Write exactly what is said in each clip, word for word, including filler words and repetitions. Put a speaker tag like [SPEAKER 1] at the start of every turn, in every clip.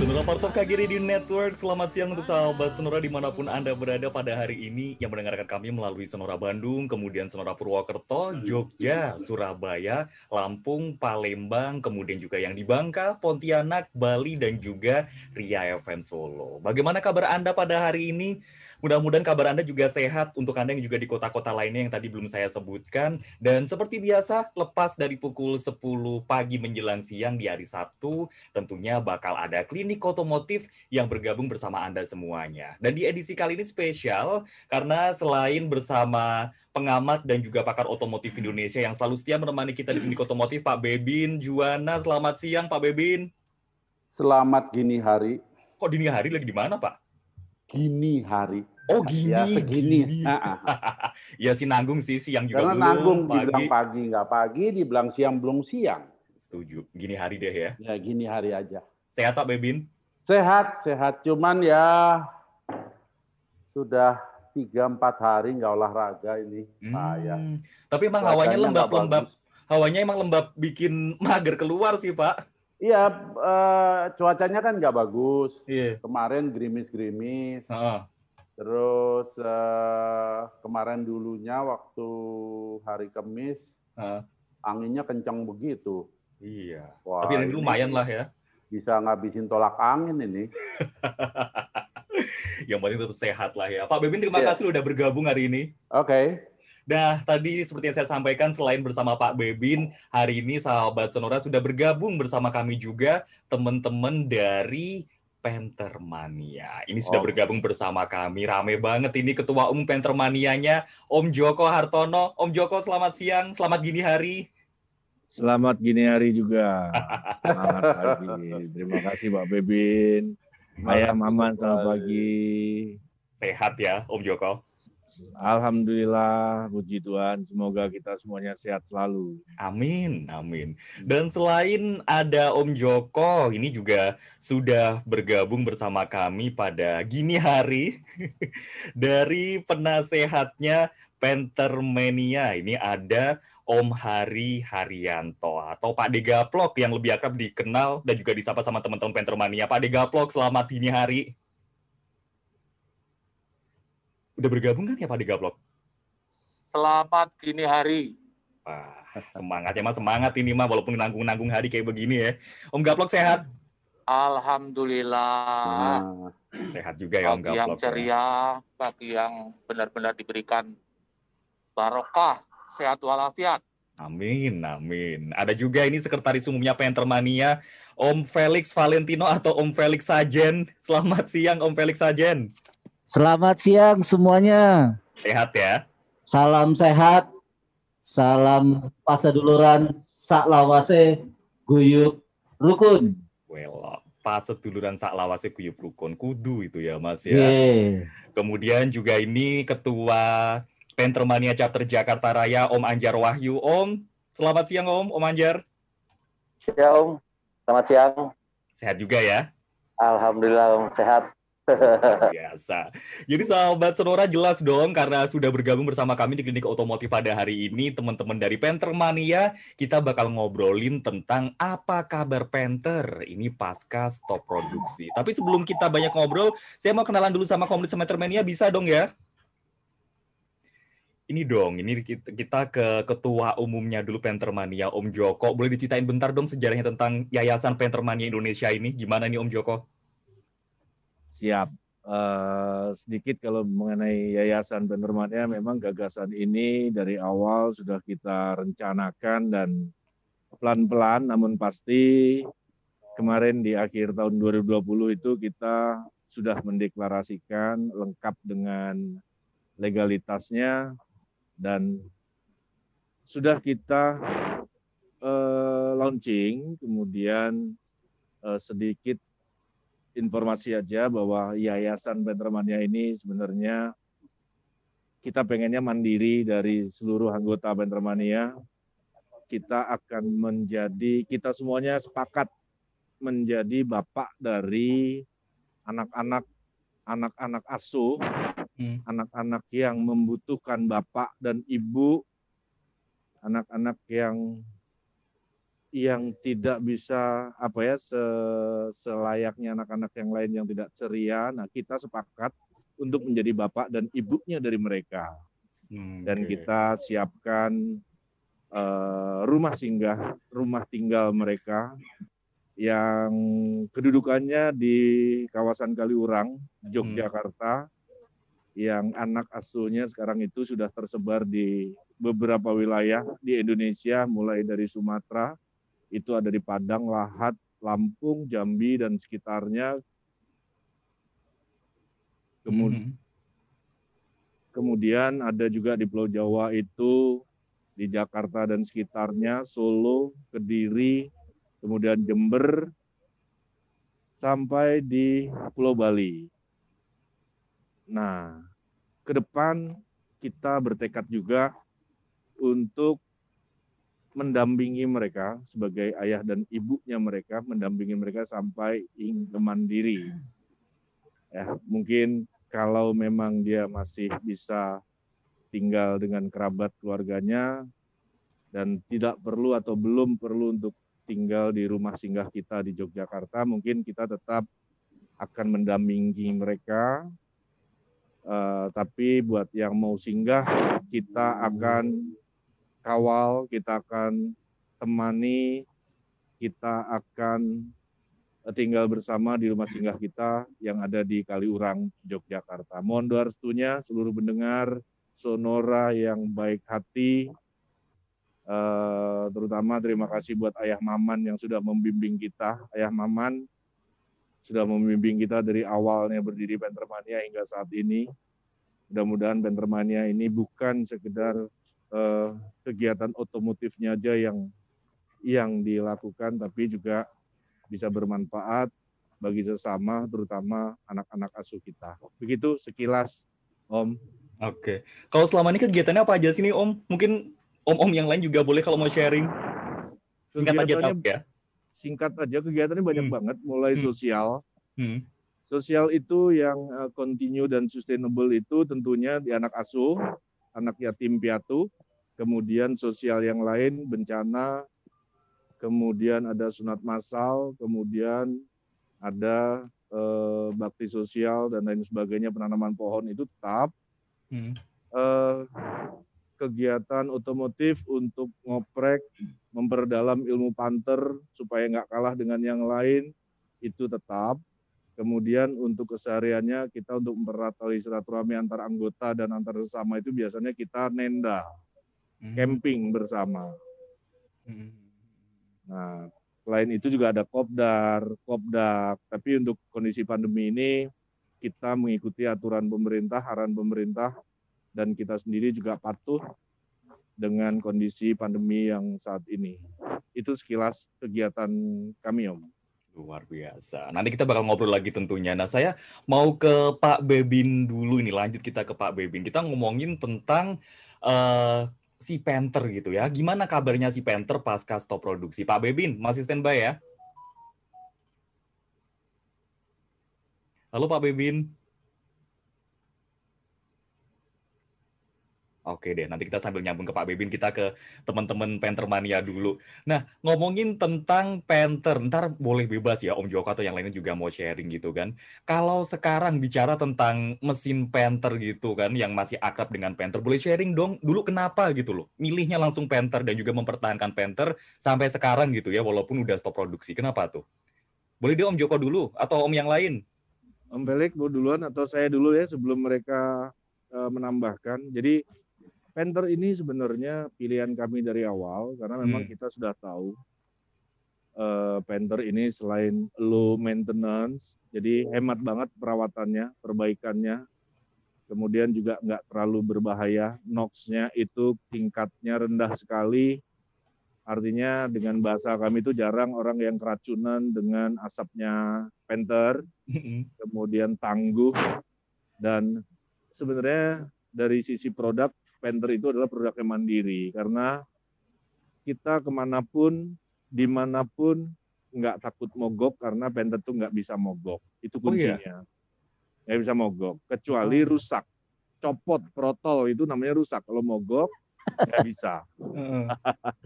[SPEAKER 1] Sonora Part of K G Radio Network, selamat siang untuk sahabat Sonora dimanapun Anda berada pada hari ini yang mendengarkan kami melalui Sonora Bandung, kemudian Sonora Purwokerto, Jogja, Surabaya, Lampung, Palembang, kemudian juga yang di Bangka, Pontianak, Bali, dan juga Ria F M Solo. Bagaimana kabar Anda pada hari ini? Mudah-mudahan kabar Anda juga sehat untuk Anda yang juga di kota-kota lainnya yang tadi belum saya sebutkan. Dan seperti biasa, lepas dari pukul sepuluh pagi menjelang siang di hari Sabtu, tentunya bakal ada klinik otomotif yang bergabung bersama Anda semuanya. Dan di edisi kali ini spesial, karena selain bersama pengamat dan juga pakar otomotif Indonesia yang selalu setia menemani kita di klinik otomotif, Pak Bebin Juwana. Selamat siang, Pak Bebin.
[SPEAKER 2] Selamat gini hari.
[SPEAKER 1] Kok dini hari lagi di mana, Pak?
[SPEAKER 2] Gini hari.
[SPEAKER 1] Oh gini,
[SPEAKER 2] ya segini.
[SPEAKER 1] gini.
[SPEAKER 2] Nah,
[SPEAKER 1] ya si nanggung sih, siang juga
[SPEAKER 2] karena
[SPEAKER 1] belum,
[SPEAKER 2] nanggung
[SPEAKER 1] pagi.
[SPEAKER 2] dibilang pagi nggak pagi, dibilang siang belum siang.
[SPEAKER 1] Setuju, gini hari deh ya.
[SPEAKER 2] Ya gini hari aja.
[SPEAKER 1] Sehat Pak Bebin?
[SPEAKER 2] Sehat, sehat. Cuman ya sudah tiga empat hari nggak olahraga ini.
[SPEAKER 1] Hmm,
[SPEAKER 2] Saya.
[SPEAKER 1] tapi emang hawanya lembab-lembab. Hawanya emang lembab bikin mager keluar sih Pak.
[SPEAKER 2] Iya, eh, cuacanya kan nggak bagus.
[SPEAKER 1] Iya.
[SPEAKER 2] Kemarin gerimis-gerimis.
[SPEAKER 1] Uh-uh.
[SPEAKER 2] Terus eh, kemarin dulunya waktu hari Kamis, uh. anginnya kencang begitu.
[SPEAKER 1] Iya.
[SPEAKER 2] Wah,
[SPEAKER 1] tapi ini lumayan lah ya.
[SPEAKER 2] Bisa ngabisin tolak angin ini.
[SPEAKER 1] Yang penting tetap sehat lah ya. Pak Bebin, terima yeah. kasih udah bergabung hari ini.
[SPEAKER 2] Oke. Okay.
[SPEAKER 1] Nah, tadi seperti yang saya sampaikan, selain bersama Pak Bebin, hari ini sahabat Sonora sudah bergabung bersama kami juga teman-teman dari Pentermania. Ini sudah oh. bergabung bersama kami. Rame banget ini Ketua Umum Pentermanianya, Om Joko Hartono. Om Joko, selamat siang, selamat gini hari.
[SPEAKER 3] Selamat gini hari juga. Selamat pagi. Terima kasih Pak Bebin. Ayam aman, selamat pagi.
[SPEAKER 1] Sehat ya, Om Joko?
[SPEAKER 3] Alhamdulillah, puji Tuhan. Semoga kita semuanya sehat selalu.
[SPEAKER 1] Amin, amin. Dan selain ada Om Joko, ini juga sudah bergabung bersama kami pada gini hari dari penasehatnya Pentermania. Ini ada Om Hari Haryanto atau Pak Degaplok yang lebih akrab dikenal dan juga disapa sama teman-teman Pentermania. Pak Degaplok, selamat gini hari. Udah bergabung kan ya Pak Degaplok?
[SPEAKER 4] Selamat gini hari.
[SPEAKER 1] Wah, semangat ya Mas, semangat ini mah walaupun nanggung-nanggung hari kayak begini ya. Om Gaplok sehat?
[SPEAKER 4] Alhamdulillah.
[SPEAKER 1] Nah, sehat juga ya Om Gaplok.
[SPEAKER 4] Bagi yang ceria, ya. Bagi yang benar-benar diberikan barokah, sehat walafiat.
[SPEAKER 1] Amin, amin. Ada juga ini Sekretaris Umumnya Pentermania, Om Felix Valentino atau Om Felix Sajen. Selamat siang Om Felix Sajen.
[SPEAKER 5] Selamat siang semuanya.
[SPEAKER 1] Sehat ya?
[SPEAKER 5] Salam sehat, salam paseduluran, sak lawase, guyup rukun.
[SPEAKER 1] Well, paseduluran sak lawase guyup rukun, kudu itu ya Mas ya.
[SPEAKER 5] Yeah.
[SPEAKER 1] Kemudian juga ini Ketua Pentermania Chapter Jakarta Raya, Om Anjar Wahyu. Om, selamat siang Om, Om Anjar.
[SPEAKER 6] Ya Om, selamat siang.
[SPEAKER 1] Sehat juga ya?
[SPEAKER 6] Alhamdulillah Om, sehat.
[SPEAKER 1] Biasa. Jadi sahabat Sonora jelas dong karena sudah bergabung bersama kami di klinik otomotif pada hari ini teman-teman dari Pentermania, kita bakal ngobrolin tentang apa kabar Penter ini pasca stop produksi. Tapi sebelum kita banyak ngobrol, saya mau kenalan dulu sama komunitas Pentermania, bisa dong ya? Ini dong, ini kita ke ketua umumnya dulu Pentermania, Om Joko. Boleh diceritain bentar dong sejarahnya tentang Yayasan Pentermania Indonesia ini, gimana nih Om Joko?
[SPEAKER 3] Siap. Uh, sedikit kalau mengenai Yayasan Pentermania, memang gagasan ini dari awal sudah kita rencanakan dan pelan-pelan namun pasti kemarin di akhir tahun dua ribu dua puluh itu kita sudah mendeklarasikan lengkap dengan legalitasnya dan sudah kita uh, launching, kemudian uh, sedikit informasi aja bahwa Yayasan Pentermania ini sebenarnya kita pengennya mandiri dari seluruh anggota Pentermania. Kita akan menjadi, kita semuanya sepakat menjadi bapak dari anak-anak anak-anak asuh, hmm. anak-anak yang membutuhkan bapak dan ibu, anak-anak yang yang tidak bisa apa ya se- selayaknya anak-anak yang lain yang tidak ceria. Nah, kita sepakat untuk menjadi bapak dan ibunya dari mereka.
[SPEAKER 1] Hmm,
[SPEAKER 3] Dan
[SPEAKER 1] oke.
[SPEAKER 3] kita siapkan uh, rumah singgah, rumah tinggal mereka yang kedudukannya di kawasan Kaliurang, Yogyakarta, yang anak asuhnya sekarang itu sudah tersebar di beberapa wilayah di Indonesia, mulai dari Sumatera, itu ada di Padang, Lahat, Lampung, Jambi, dan sekitarnya. Kemudian, kemudian ada juga di Pulau Jawa itu, di Jakarta dan sekitarnya, Solo, Kediri, kemudian Jember, sampai di Pulau Bali. Nah, ke depan kita bertekad juga untuk mendampingi mereka sebagai ayah dan ibunya mereka, mendampingi mereka sampai hingga mandiri. Ya, mungkin kalau memang dia masih bisa tinggal dengan kerabat keluarganya dan tidak perlu atau belum perlu untuk tinggal di rumah singgah kita di Yogyakarta, mungkin kita tetap akan mendampingi mereka. Uh, tapi buat yang mau singgah, kita akan kawal, kita akan temani, kita akan tinggal bersama di rumah singgah kita yang ada di Kaliurang, Yogyakarta. Mohon doa restunya seluruh pendengar Sonora yang baik hati, uh, terutama terima kasih buat Ayah Maman yang sudah membimbing kita. Ayah Maman sudah membimbing kita dari awalnya berdiri Pentermania hingga saat ini. Mudah-mudahan Pentermania ini bukan sekedar uh, kegiatan otomotifnya aja yang yang dilakukan, tapi juga bisa bermanfaat bagi sesama, terutama anak-anak asuh kita. Begitu sekilas, Om.
[SPEAKER 1] Oke. Kalau selama ini kegiatannya apa aja sih nih, Om? Mungkin Om-Om yang lain juga boleh kalau mau sharing. Singkat aja tapi ya.
[SPEAKER 3] Singkat aja, kegiatannya banyak
[SPEAKER 1] hmm.
[SPEAKER 3] banget, mulai
[SPEAKER 1] hmm.
[SPEAKER 3] sosial.
[SPEAKER 1] Hmm.
[SPEAKER 3] Sosial itu yang uh, continue dan sustainable itu tentunya di anak asuh, anak yatim piatu, kemudian sosial yang lain, bencana, kemudian ada sunat massal, kemudian ada eh, bakti sosial dan lain sebagainya, penanaman pohon itu tetap. Hmm. Eh, kegiatan otomotif untuk ngoprek, memperdalam ilmu panter supaya nggak kalah dengan yang lain, itu tetap. Kemudian untuk kesehariannya kita untuk mempererat tali silaturahmi antar anggota dan antar sesama itu biasanya kita nenda, hmm. camping bersama. Hmm. Nah, selain itu juga ada kopdar, kopdak. Tapi untuk kondisi pandemi ini kita mengikuti aturan pemerintah, arahan pemerintah, dan kita sendiri juga patuh dengan kondisi pandemi yang saat ini. Itu sekilas kegiatan kami, Om.
[SPEAKER 1] Luar biasa. Nanti kita bakal ngobrol lagi tentunya. Nah, saya mau ke Pak Bebin dulu ini. Lanjut kita ke Pak Bebin. Kita ngomongin tentang uh, si Panther gitu ya. Gimana kabarnya si Panther pasca stop produksi? Pak Bebin, masih standby ya? Halo Pak Bebin. Oke deh, nanti kita sambil nyambung ke Pak Bebin, kita ke teman-teman Pentermania dulu. Nah, ngomongin tentang Panther, ntar boleh bebas ya Om Joko atau yang lainnya juga mau sharing gitu kan. Kalau sekarang bicara tentang mesin Panther gitu kan, yang masih akrab dengan Panther, boleh sharing dong dulu kenapa gitu loh, milihnya langsung Panther dan juga mempertahankan Panther sampai sekarang gitu ya, walaupun udah stop produksi. Kenapa tuh? Boleh deh Om Joko dulu, atau Om yang lain?
[SPEAKER 3] Om Felix, mau duluan atau saya dulu ya sebelum mereka uh, menambahkan. Jadi Panther ini sebenarnya pilihan kami dari awal karena memang hmm. kita sudah tahu uh, Panther ini selain low maintenance, jadi hemat banget perawatannya, perbaikannya, kemudian juga nggak terlalu berbahaya, NOx-nya itu tingkatnya rendah sekali, artinya dengan bahasa kami itu jarang orang yang keracunan dengan asapnya Panther, kemudian tangguh, dan sebenarnya dari sisi produk, Panther itu adalah produk yang mandiri, karena kita kemanapun, dimanapun, nggak takut mogok, karena Panther itu nggak bisa mogok. Itu kuncinya. Oh, iya? Nggak bisa mogok, kecuali oh. rusak. Copot, protol, itu namanya rusak. Kalau mogok, nggak bisa.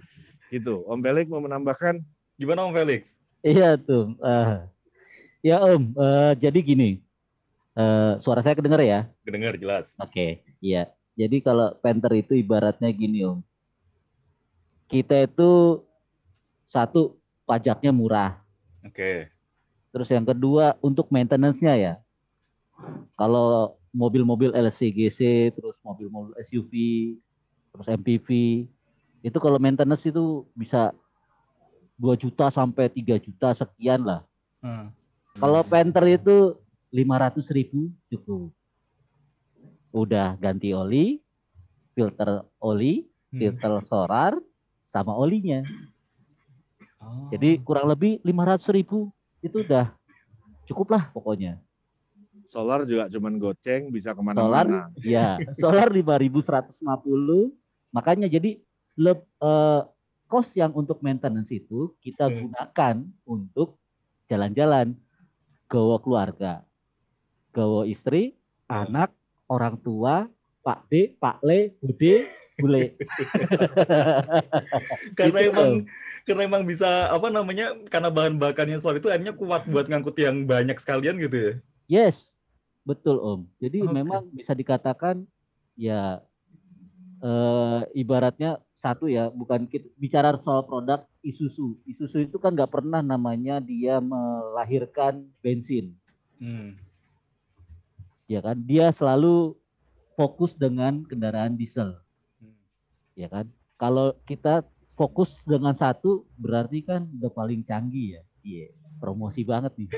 [SPEAKER 3] Gitu. Om Felix mau menambahkan?
[SPEAKER 1] Gimana Om Felix?
[SPEAKER 5] Iya tuh. Uh, ya Om, uh, jadi gini. Uh, suara saya kedengar ya?
[SPEAKER 1] Kedengar jelas.
[SPEAKER 5] Oke, okay, iya. Jadi kalau Panther itu ibaratnya gini Om. Kita itu satu, pajaknya murah.
[SPEAKER 1] Oke. Okay.
[SPEAKER 5] Terus yang kedua, untuk maintenance-nya ya. Kalau mobil-mobil L C G C, terus mobil-mobil S U V, terus M P V, itu kalau maintenance itu bisa dua juta sampai tiga juta sekian lah. Hmm. Kalau Panther itu lima ratus ribu cukup. Udah ganti oli, filter oli, filter solar, sama olinya. Oh. Jadi kurang lebih lima ratus ribu itu udah cukup lah pokoknya.
[SPEAKER 3] Solar juga cuman goceng bisa kemana-mana.
[SPEAKER 5] Solar, ya, solar lima ribu seratus lima puluh. Makanya jadi le, uh, cost yang untuk maintenance itu kita hmm. gunakan untuk jalan-jalan, gawa keluarga, gawa istri, hmm. anak, orang tua, Pak D, Pak Le, Bude, Bule.
[SPEAKER 1] Karena gitu emang karena emang bisa apa namanya? Karena bahan bakarnya solar itu akhirnya kuat buat ngangkut yang banyak sekalian gitu ya.
[SPEAKER 5] Yes. Betul Om. Jadi okay. memang bisa dikatakan ya eh, ibaratnya satu ya, bukan kita, bicara soal produk Isuzu. Isuzu itu kan nggak pernah namanya dia melahirkan bensin. Hmm. Ya kan, dia selalu fokus dengan kendaraan diesel. Hmm. Ya kan. Kalau kita fokus dengan satu berarti kan udah paling canggih ya. Iya. Yeah. Promosi banget nih.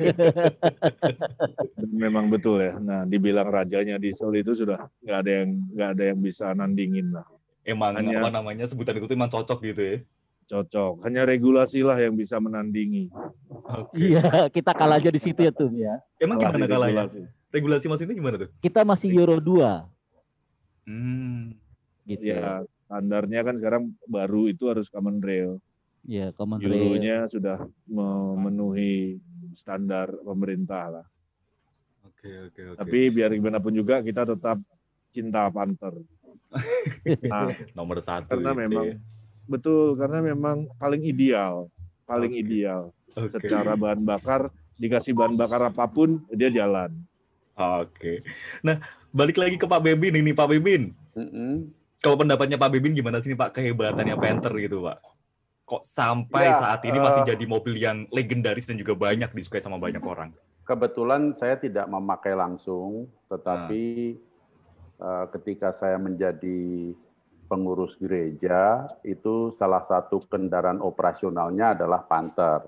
[SPEAKER 3] Memang betul ya. Nah, dibilang rajanya diesel itu sudah nggak ada yang nggak ada yang bisa nandingin lah.
[SPEAKER 1] Emang hanya, apa namanya sebutan itu memang cocok gitu ya?
[SPEAKER 3] Cocok. Hanya regulasi lah yang bisa menandingi.
[SPEAKER 5] Okay. Iya, kita kalah aja di situ ya tuh ya.
[SPEAKER 1] Emang kalah gimana kalahnya? Regulasi. regulasi maksudnya gimana tuh?
[SPEAKER 5] Kita masih Euro dua.
[SPEAKER 3] Hmm. Gitu. Ya, standarnya kan sekarang baru itu harus common rail.
[SPEAKER 5] Ya, common rail.
[SPEAKER 3] Euronya sudah memenuhi standar pemerintah lah.
[SPEAKER 1] Oke, oke, oke.
[SPEAKER 3] Tapi biar gimana pun juga kita tetap cinta Panther.
[SPEAKER 1] Nah, nomor satu.
[SPEAKER 3] Karena memang ya. Betul, karena memang paling ideal, paling okay. ideal. Okay. Secara bahan bakar, dikasih bahan bakar apapun dia jalan.
[SPEAKER 1] Oke. Okay. Nah, balik lagi ke Pak Bebin ini, Pak Bebin. Mm-hmm. Kalau pendapatnya Pak Bebin gimana sih nih Pak kehebatannya Panther gitu, Pak? Kok sampai ya, saat ini masih uh, jadi mobil yang legendaris dan juga banyak disukai sama banyak orang?
[SPEAKER 2] Kebetulan saya tidak memakai langsung, tetapi nah. uh, ketika saya menjadi pengurus gereja, itu salah satu kendaraan operasionalnya adalah Panther.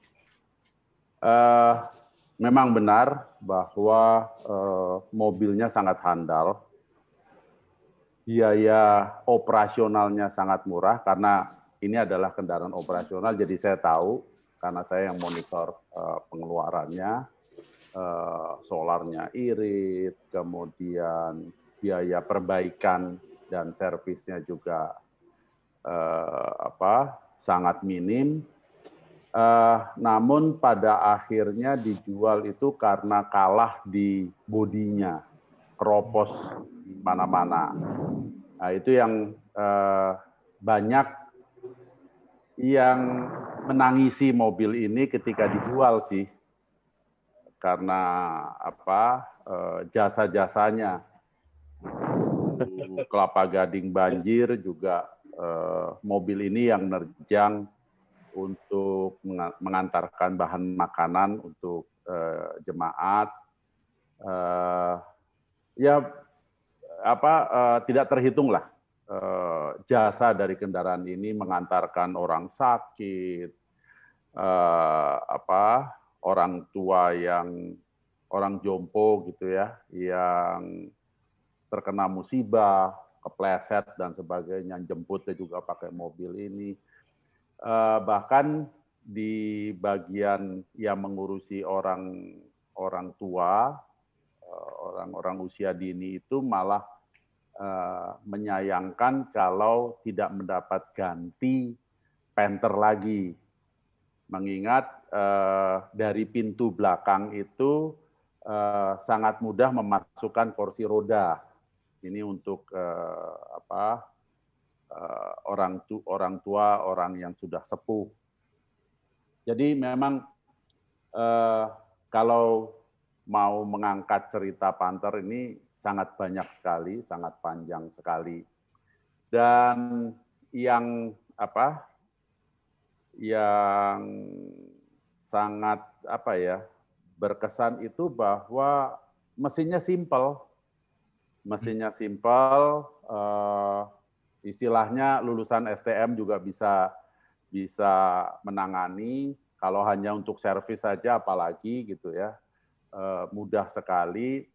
[SPEAKER 2] Uh, memang benar bahwa uh, mobilnya sangat handal, biaya operasionalnya sangat murah karena ini adalah kendaraan operasional, jadi saya tahu karena saya yang monitor uh, pengeluarannya, uh, solarnya irit, kemudian biaya perbaikan dan servisnya juga uh, apa sangat minim. Uh, namun pada akhirnya dijual itu karena kalah di bodinya, keropos di mana-mana. Nah itu yang uh, banyak yang menangisi mobil ini ketika dijual sih, karena apa jasa-jasanya. Kelapa Gading banjir juga eh, mobil ini yang nerjang untuk mengantarkan bahan makanan untuk eh, jemaat. Eh, ya apa eh, tidak terhitung lah. Uh, jasa dari kendaraan ini mengantarkan orang sakit, uh, apa orang tua yang orang jompo gitu ya, yang terkena musibah, kepleset dan sebagainya, jemputnya juga pakai mobil ini. Uh, bahkan di bagian yang mengurusi orang orang tua, orang-orang uh, usia dini itu malah Uh, menyayangkan kalau tidak mendapat ganti Panther lagi. Mengingat uh, dari pintu belakang itu uh, sangat mudah memasukkan kursi roda. Ini untuk uh, apa? uh, orang tu, orang tua, orang yang sudah sepuh. Jadi memang uh, kalau mau mengangkat cerita Panther ini sangat banyak sekali, sangat panjang sekali. Dan yang apa? Yang sangat apa ya? Berkesan itu bahwa mesinnya simpel. Mesinnya simpel, uh, istilahnya lulusan S T M juga bisa bisa menangani. Kalau hanya untuk servis saja apalagi gitu ya. Uh, mudah sekali.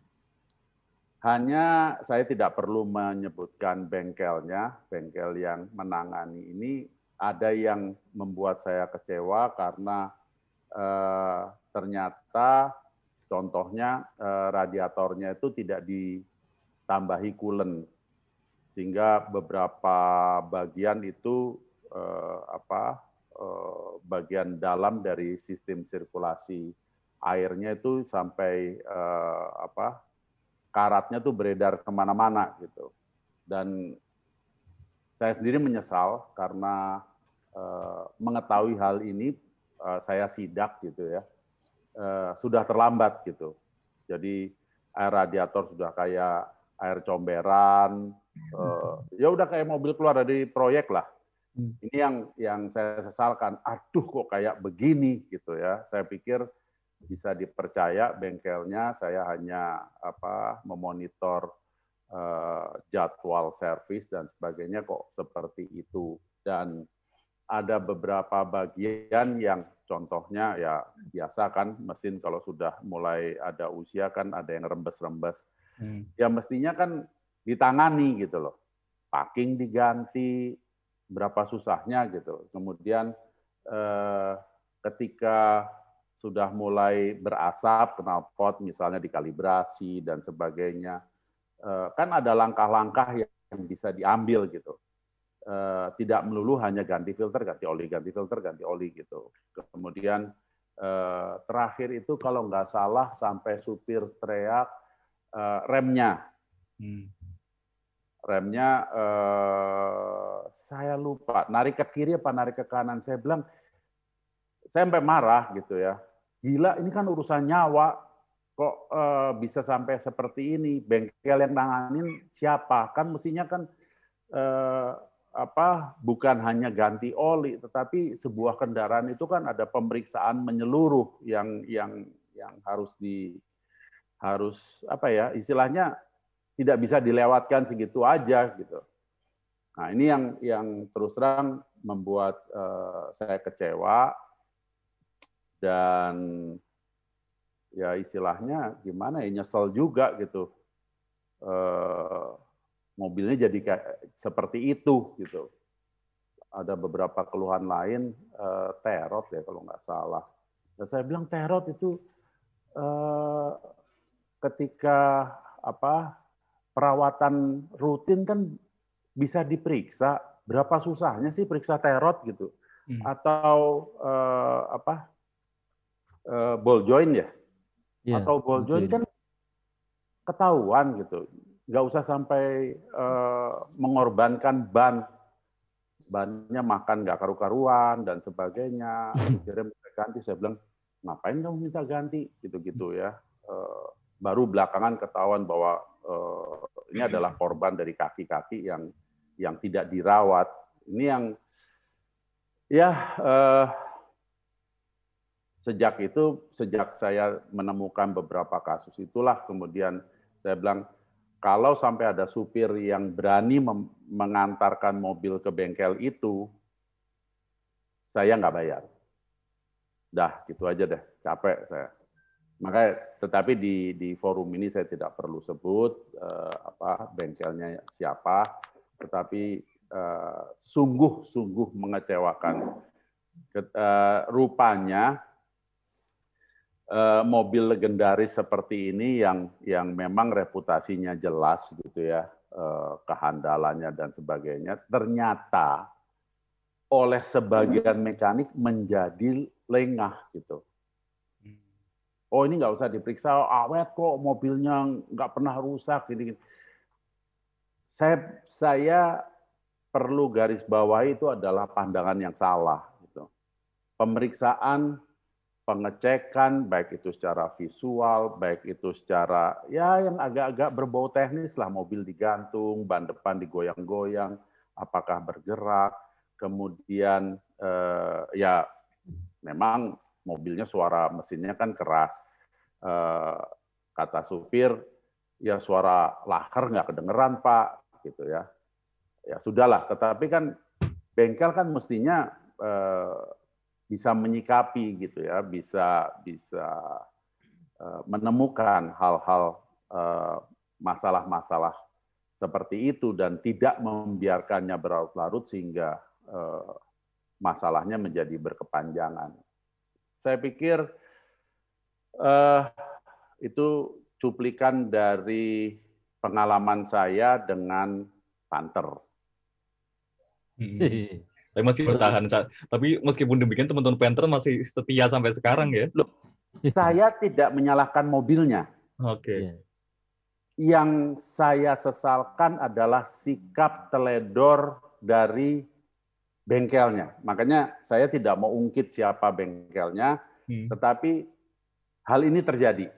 [SPEAKER 2] Hanya saya tidak perlu menyebutkan bengkelnya, bengkel yang menangani ini ada yang membuat saya kecewa karena uh, ternyata contohnya uh, radiatornya itu tidak di tambahi coolant sehingga beberapa bagian itu eh, apa eh, bagian dalam dari sistem sirkulasi airnya itu sampai eh, apa karatnya tuh beredar kemana-mana gitu. Dan saya sendiri menyesal karena eh, mengetahui hal ini eh, saya sidak gitu ya eh, sudah terlambat gitu. Jadi air radiator sudah kayak air comberan, uh, ya udah kayak mobil keluar dari proyek lah. Hmm. Ini yang yang saya sesalkan. Aduh, kok kayak begini gitu ya. Saya pikir bisa dipercaya bengkelnya. Saya hanya apa memonitor uh, jadwal servis dan sebagainya kok seperti itu. Dan ada beberapa bagian yang contohnya ya biasa kan mesin kalau sudah mulai ada usia kan ada yang rembes-rembes. Hmm. Ya mestinya kan ditangani gitu loh. Packing diganti, berapa susahnya gitu. Kemudian eh, ketika sudah mulai berasap, knalpot misalnya dikalibrasi dan sebagainya, eh, kan ada langkah-langkah yang bisa diambil gitu. Eh, tidak melulu hanya ganti filter, ganti oli, ganti filter, ganti oli gitu. Kemudian eh, terakhir itu kalau nggak salah sampai supir teriak, Uh, remnya, hmm. remnya uh, saya lupa, narik ke kiri apa narik ke kanan. Saya bilang, saya sampai marah gitu ya. Gila, ini kan urusan nyawa, kok uh, bisa sampai seperti ini? Bengkel yang nanganin siapa? Kan mestinya kan uh, apa? Bukan hanya ganti oli, tetapi sebuah kendaraan itu kan ada pemeriksaan menyeluruh yang yang yang harus di harus apa ya istilahnya tidak bisa dilewatkan segitu aja gitu. Nah ini yang yang terus terang membuat uh, saya kecewa dan ya istilahnya gimana ya nyesel juga gitu. Uh, mobilnya jadi kayak seperti itu gitu. Ada beberapa keluhan lain uh, terot ya kalau nggak salah. Dan saya bilang terot itu uh, ketika apa perawatan rutin kan bisa diperiksa, berapa susahnya sih periksa terot gitu, hmm. atau eh, apa eh, ball joint ya, yeah, atau ball joint kan ketahuan gitu, nggak usah sampai eh, mengorbankan ban, bannya makan nggak karu-karuan dan sebagainya, akhirnya minta ganti. Saya bilang ngapain kamu minta ganti gitu-gitu ya. Eh, baru belakangan ketahuan bahwa uh, ini adalah korban dari kaki-kaki yang yang tidak dirawat. Ini yang ya uh, sejak itu sejak saya menemukan beberapa kasus itulah kemudian saya bilang kalau sampai ada supir yang berani mengantarkan mobil ke bengkel itu, saya nggak bayar. Dah gitu aja deh, capek saya. Makanya, tetapi di di forum ini saya tidak perlu sebut eh, apa bengkelnya siapa, tetapi sungguh-sungguh eh, mengecewakan. Ket, eh, rupanya eh, mobil legendaris seperti ini yang yang memang reputasinya jelas gitu ya, eh, kehandalannya dan sebagainya, ternyata oleh sebagian mekanik menjadi lengah gitu. Oh ini nggak usah diperiksa, awet kok mobilnya nggak pernah rusak. Gini, gini. Saya, saya perlu garis bawahi itu adalah pandangan yang salah. Gitu. Pemeriksaan, pengecekan, baik itu secara visual, baik itu secara ya yang agak-agak berbau teknis lah, mobil digantung, ban depan digoyang-goyang, apakah bergerak, kemudian eh, ya memang mobilnya suara mesinnya kan keras. Eh, kata supir, ya suara lahar nggak kedengeran Pak, gitu ya. Ya sudahlah, tetapi kan bengkel kan mestinya eh, bisa menyikapi gitu ya, bisa bisa eh, menemukan hal-hal eh, masalah-masalah seperti itu dan tidak membiarkannya berlarut-larut sehingga eh, masalahnya menjadi berkepanjangan. Saya pikir eh, itu cuplikan dari pengalaman saya dengan Panther.
[SPEAKER 1] Hmm. Tapi masih bertahan. Tapi meskipun demikian teman-teman Panther masih setia sampai sekarang ya?
[SPEAKER 2] Loh, saya tidak menyalahkan mobilnya.
[SPEAKER 1] Oke. Okay.
[SPEAKER 2] Yang saya sesalkan adalah sikap teledor dari bengkelnya. Makanya saya tidak mau ungkit siapa bengkelnya, hmm. tetapi hal ini terjadi.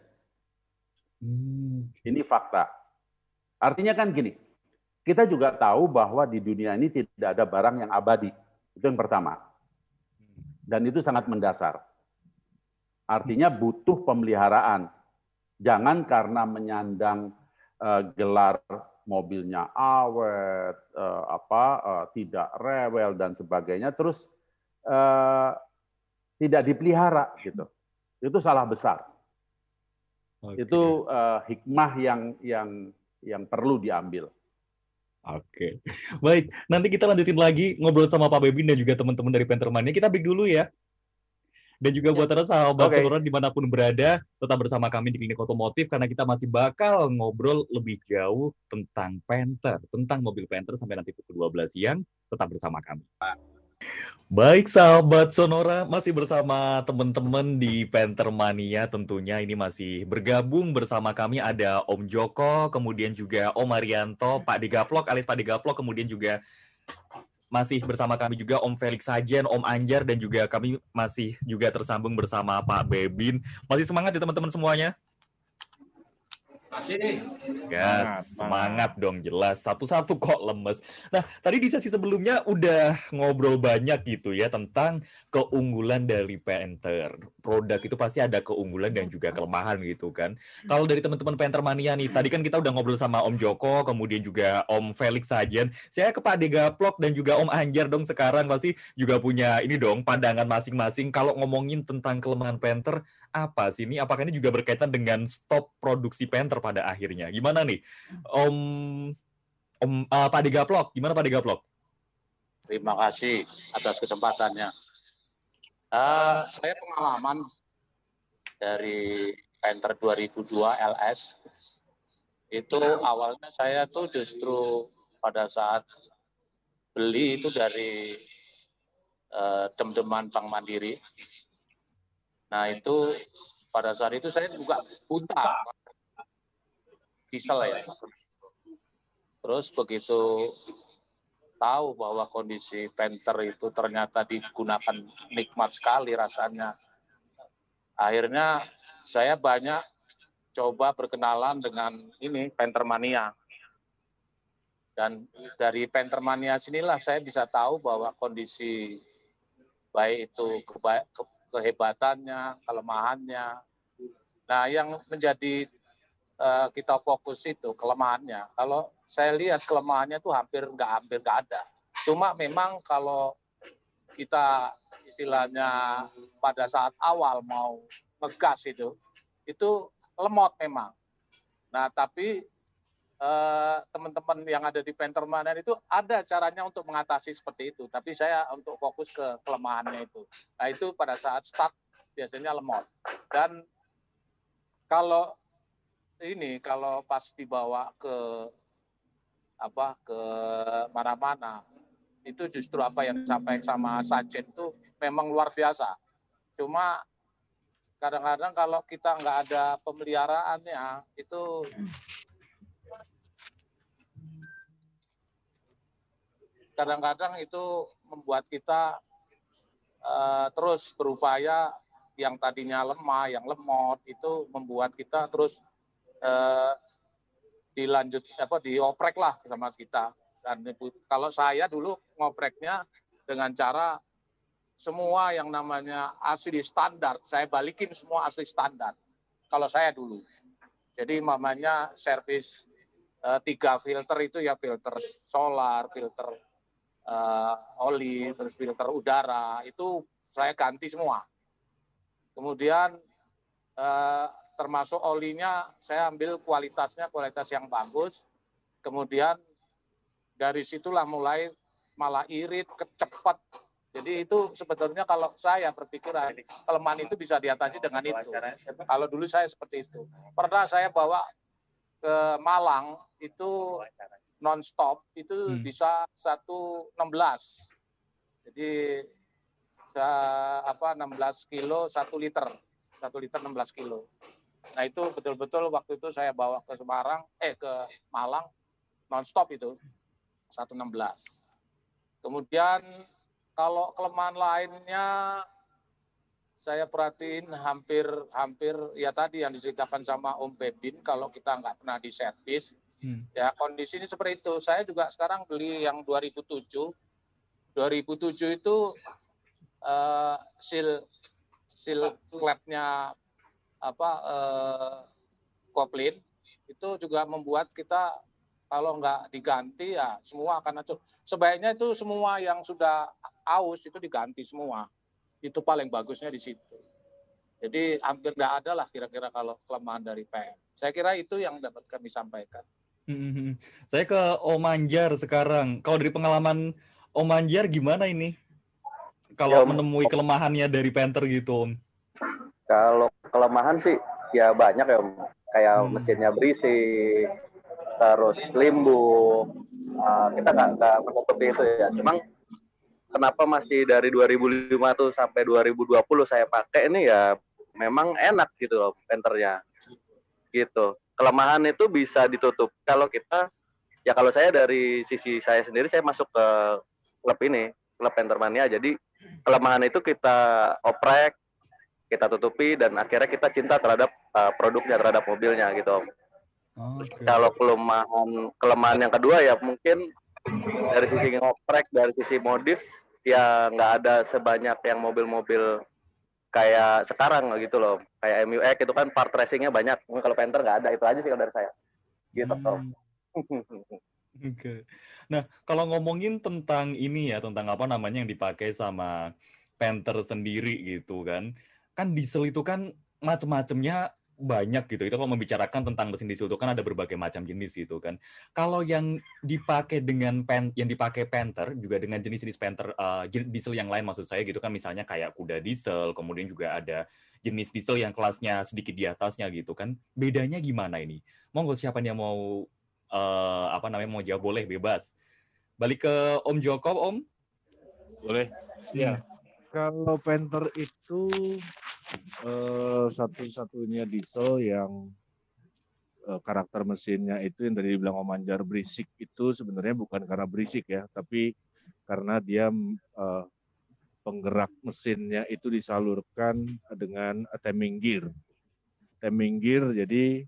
[SPEAKER 2] Hmm. Ini fakta. Artinya kan gini, kita juga tahu bahwa di dunia ini tidak ada barang yang abadi. Itu yang pertama. Dan itu sangat mendasar. Artinya butuh pemeliharaan. Jangan karena menyandang uh, gelar mobilnya awet, uh, apa uh, tidak rewel dan sebagainya, terus uh, tidak dipelihara gitu. Itu salah besar. Okay. Itu uh, hikmah yang yang yang perlu diambil.
[SPEAKER 1] Oke, baik. Nanti kita lanjutin lagi ngobrol sama Pak Bebin dan juga teman-teman dari Panther Mania. Kita break dulu ya. Dan juga buat para sahabat okay. Sonora dimanapun berada, tetap bersama kami di Klinik Otomotif karena kita masih bakal ngobrol lebih jauh tentang Panther, tentang mobil Panther sampai nanti pukul dua belas siang. Tetap bersama kami. Baik sahabat Sonora, masih bersama teman-teman di Panther Mania tentunya. Ini masih bergabung bersama kami ada Om Joko, kemudian juga Om Arianto, Pak Degaplok alias Pak Degaplok, kemudian juga masih bersama kami juga Om Felix Sajen, Om Anjar, dan juga kami masih juga tersambung bersama Pak Bebin. Masih semangat ya teman-teman semuanya?
[SPEAKER 4] Masih nih.
[SPEAKER 1] Yes, semangat, semangat dong, jelas. Satu-satu kok lemes. Nah, tadi di sesi sebelumnya udah ngobrol banyak gitu ya tentang keunggulan dari Panther. Produk itu pasti ada keunggulan dan juga kelemahan gitu kan. Kalau dari teman-teman Panther Mania nih, tadi kan kita udah ngobrol sama Om Joko, kemudian juga Om Felix Sajen. Saya ke Pak Degaplok dan juga Om Anjar dong sekarang pasti juga punya ini dong pandangan masing-masing. Kalau ngomongin tentang kelemahan Panther, apa sih ini? Apakah ini juga berkaitan dengan stop produksi Panther pada akhirnya? Gimana nih, Om Om uh, Pak Degaplok? Gimana Pak Degaplok?
[SPEAKER 4] Terima kasih atas kesempatannya. Uh, saya pengalaman dari Panther dua ribu dua L S itu awalnya saya tuh justru pada saat beli itu dari uh, Dem-Deman Bank Mandiri. Nah itu pada saat itu saya juga buta diesel ya. Terus begitu tahu bahwa kondisi Panther itu ternyata digunakan nikmat sekali rasanya. Akhirnya saya banyak coba berkenalan dengan ini Panther Mania. Dan dari Panther Mania sinilah saya bisa tahu bahwa kondisi baik itu keba- ke kehebatannya, kelemahannya. Nah, yang menjadi uh, kita fokus itu kelemahannya. Kalau saya lihat kelemahannya itu hampir nggak hampir nggak ada. Cuma memang kalau kita istilahnya pada saat awal mau ngegas itu, itu lemot memang. Nah, tapi Uh, teman-teman yang ada di Panther Mania itu ada caranya untuk mengatasi seperti itu. Tapi saya untuk fokus ke kelemahannya itu. Nah itu pada saat start biasanya lemot. Dan kalau ini kalau pas dibawa ke apa ke mana-mana itu justru apa yang disampaikan sama Sajen itu memang luar biasa. Cuma kadang-kadang kalau kita nggak ada pemeliharaannya itu kadang-kadang itu membuat kita uh, terus berupaya, yang tadinya lemah, yang lemot, itu membuat kita terus uh, dilanjut apa dioprek lah sama kita. Dan itu, kalau saya dulu ngopreknya dengan cara semua yang namanya asli standar, saya balikin semua asli standar. Kalau saya dulu. Jadi mamanya servis uh, tiga filter itu ya filter solar, filter uh, oli, terus filter udara, itu saya ganti semua. Kemudian eh, termasuk olinya saya ambil kualitasnya kualitas yang bagus. Kemudian dari situlah mulai malah irit, kecepat. Jadi itu sebetulnya kalau saya berpikiran kelemahan itu bisa diatasi dengan itu. Kalau dulu saya seperti itu. Pernah saya bawa ke Malang itu non-stop itu hmm. bisa seratus enam belas. Jadi apa enam belas kilo satu liter satu liter enam belas kilo. Nah itu betul-betul waktu itu saya bawa ke Semarang eh ke Malang nonstop itu seratus enam belas. Kemudian kalau kelemahan lainnya saya perhatiin hampir hampir ya tadi yang diceritakan sama Om Pebin, kalau kita nggak pernah diservis hmm. ya kondisi ini seperti itu. Saya juga sekarang beli yang dua ribu tujuh dua ribu tujuh itu Uh, seal seal klepnya apa uh, Koplin itu juga membuat kita kalau nggak diganti ya semua akan hancur. Sebaiknya itu semua yang sudah aus itu diganti semua. Itu paling bagusnya di situ. Jadi hampir nggak ada lah kira-kira kalau kelemahan dari P M. Saya kira itu yang dapat kami sampaikan.
[SPEAKER 1] Hmm, saya ke Om Anjar sekarang. Kalau dari pengalaman Om Anjar gimana ini? Kalau ya, menemui kelemahannya dari Panther gitu, Om?
[SPEAKER 6] Kalau kelemahan sih ya banyak ya, Om. Kayak hmm. mesinnya berisik, terus limbuk. Uh, kita nggak nggak menutupi itu ya. Cuma kenapa masih dari dua ribu lima tuh sampai dua ribu dua puluh saya pakai ini ya memang enak gitu loh Panther-nya. Gitu. Kelemahan itu bisa ditutup kalau kita, ya kalau saya dari sisi saya sendiri, saya masuk ke klub ini, klub Panthermania. Jadi kelemahan itu kita oprek, kita tutupi, dan akhirnya kita cinta terhadap uh, produknya, terhadap mobilnya gitu. Okay. Kalau kelemahan kelemahan yang kedua ya mungkin dari sisi ngoprek, dari sisi modif ya nggak ada sebanyak yang mobil-mobil kayak sekarang gitu loh. Kayak M U X itu kan part racingnya banyak. Mungkin kalau Panther nggak ada, itu aja sih kalau dari saya. Gitu. Hmm.
[SPEAKER 1] Oke. Okay. Nah, kalau ngomongin tentang ini ya, tentang apa namanya yang dipakai sama Panther sendiri gitu kan. Kan diesel itu kan macam-macamnya banyak gitu. Itu kalau membicarakan tentang mesin diesel itu kan ada berbagai macam jenis gitu kan. Kalau yang dipakai dengan pen, yang dipakai Panther juga dengan jenis-jenis Panther uh, diesel yang lain maksud saya gitu kan, misalnya kayak kuda diesel, kemudian juga ada jenis diesel yang kelasnya sedikit di atasnya gitu kan. Bedanya gimana ini? Monggo siapa yang mau Uh, apa namanya mau jawab boleh bebas. Balik ke Om Joko, Om.
[SPEAKER 3] Boleh. Ya. Hmm. Kalau Panther itu uh, satu-satunya diesel yang uh, karakter mesinnya itu yang tadi dibilang Om Anjar berisik, itu sebenarnya bukan karena berisik ya, tapi karena dia uh, penggerak mesinnya itu disalurkan dengan timing gear. Timing gear jadi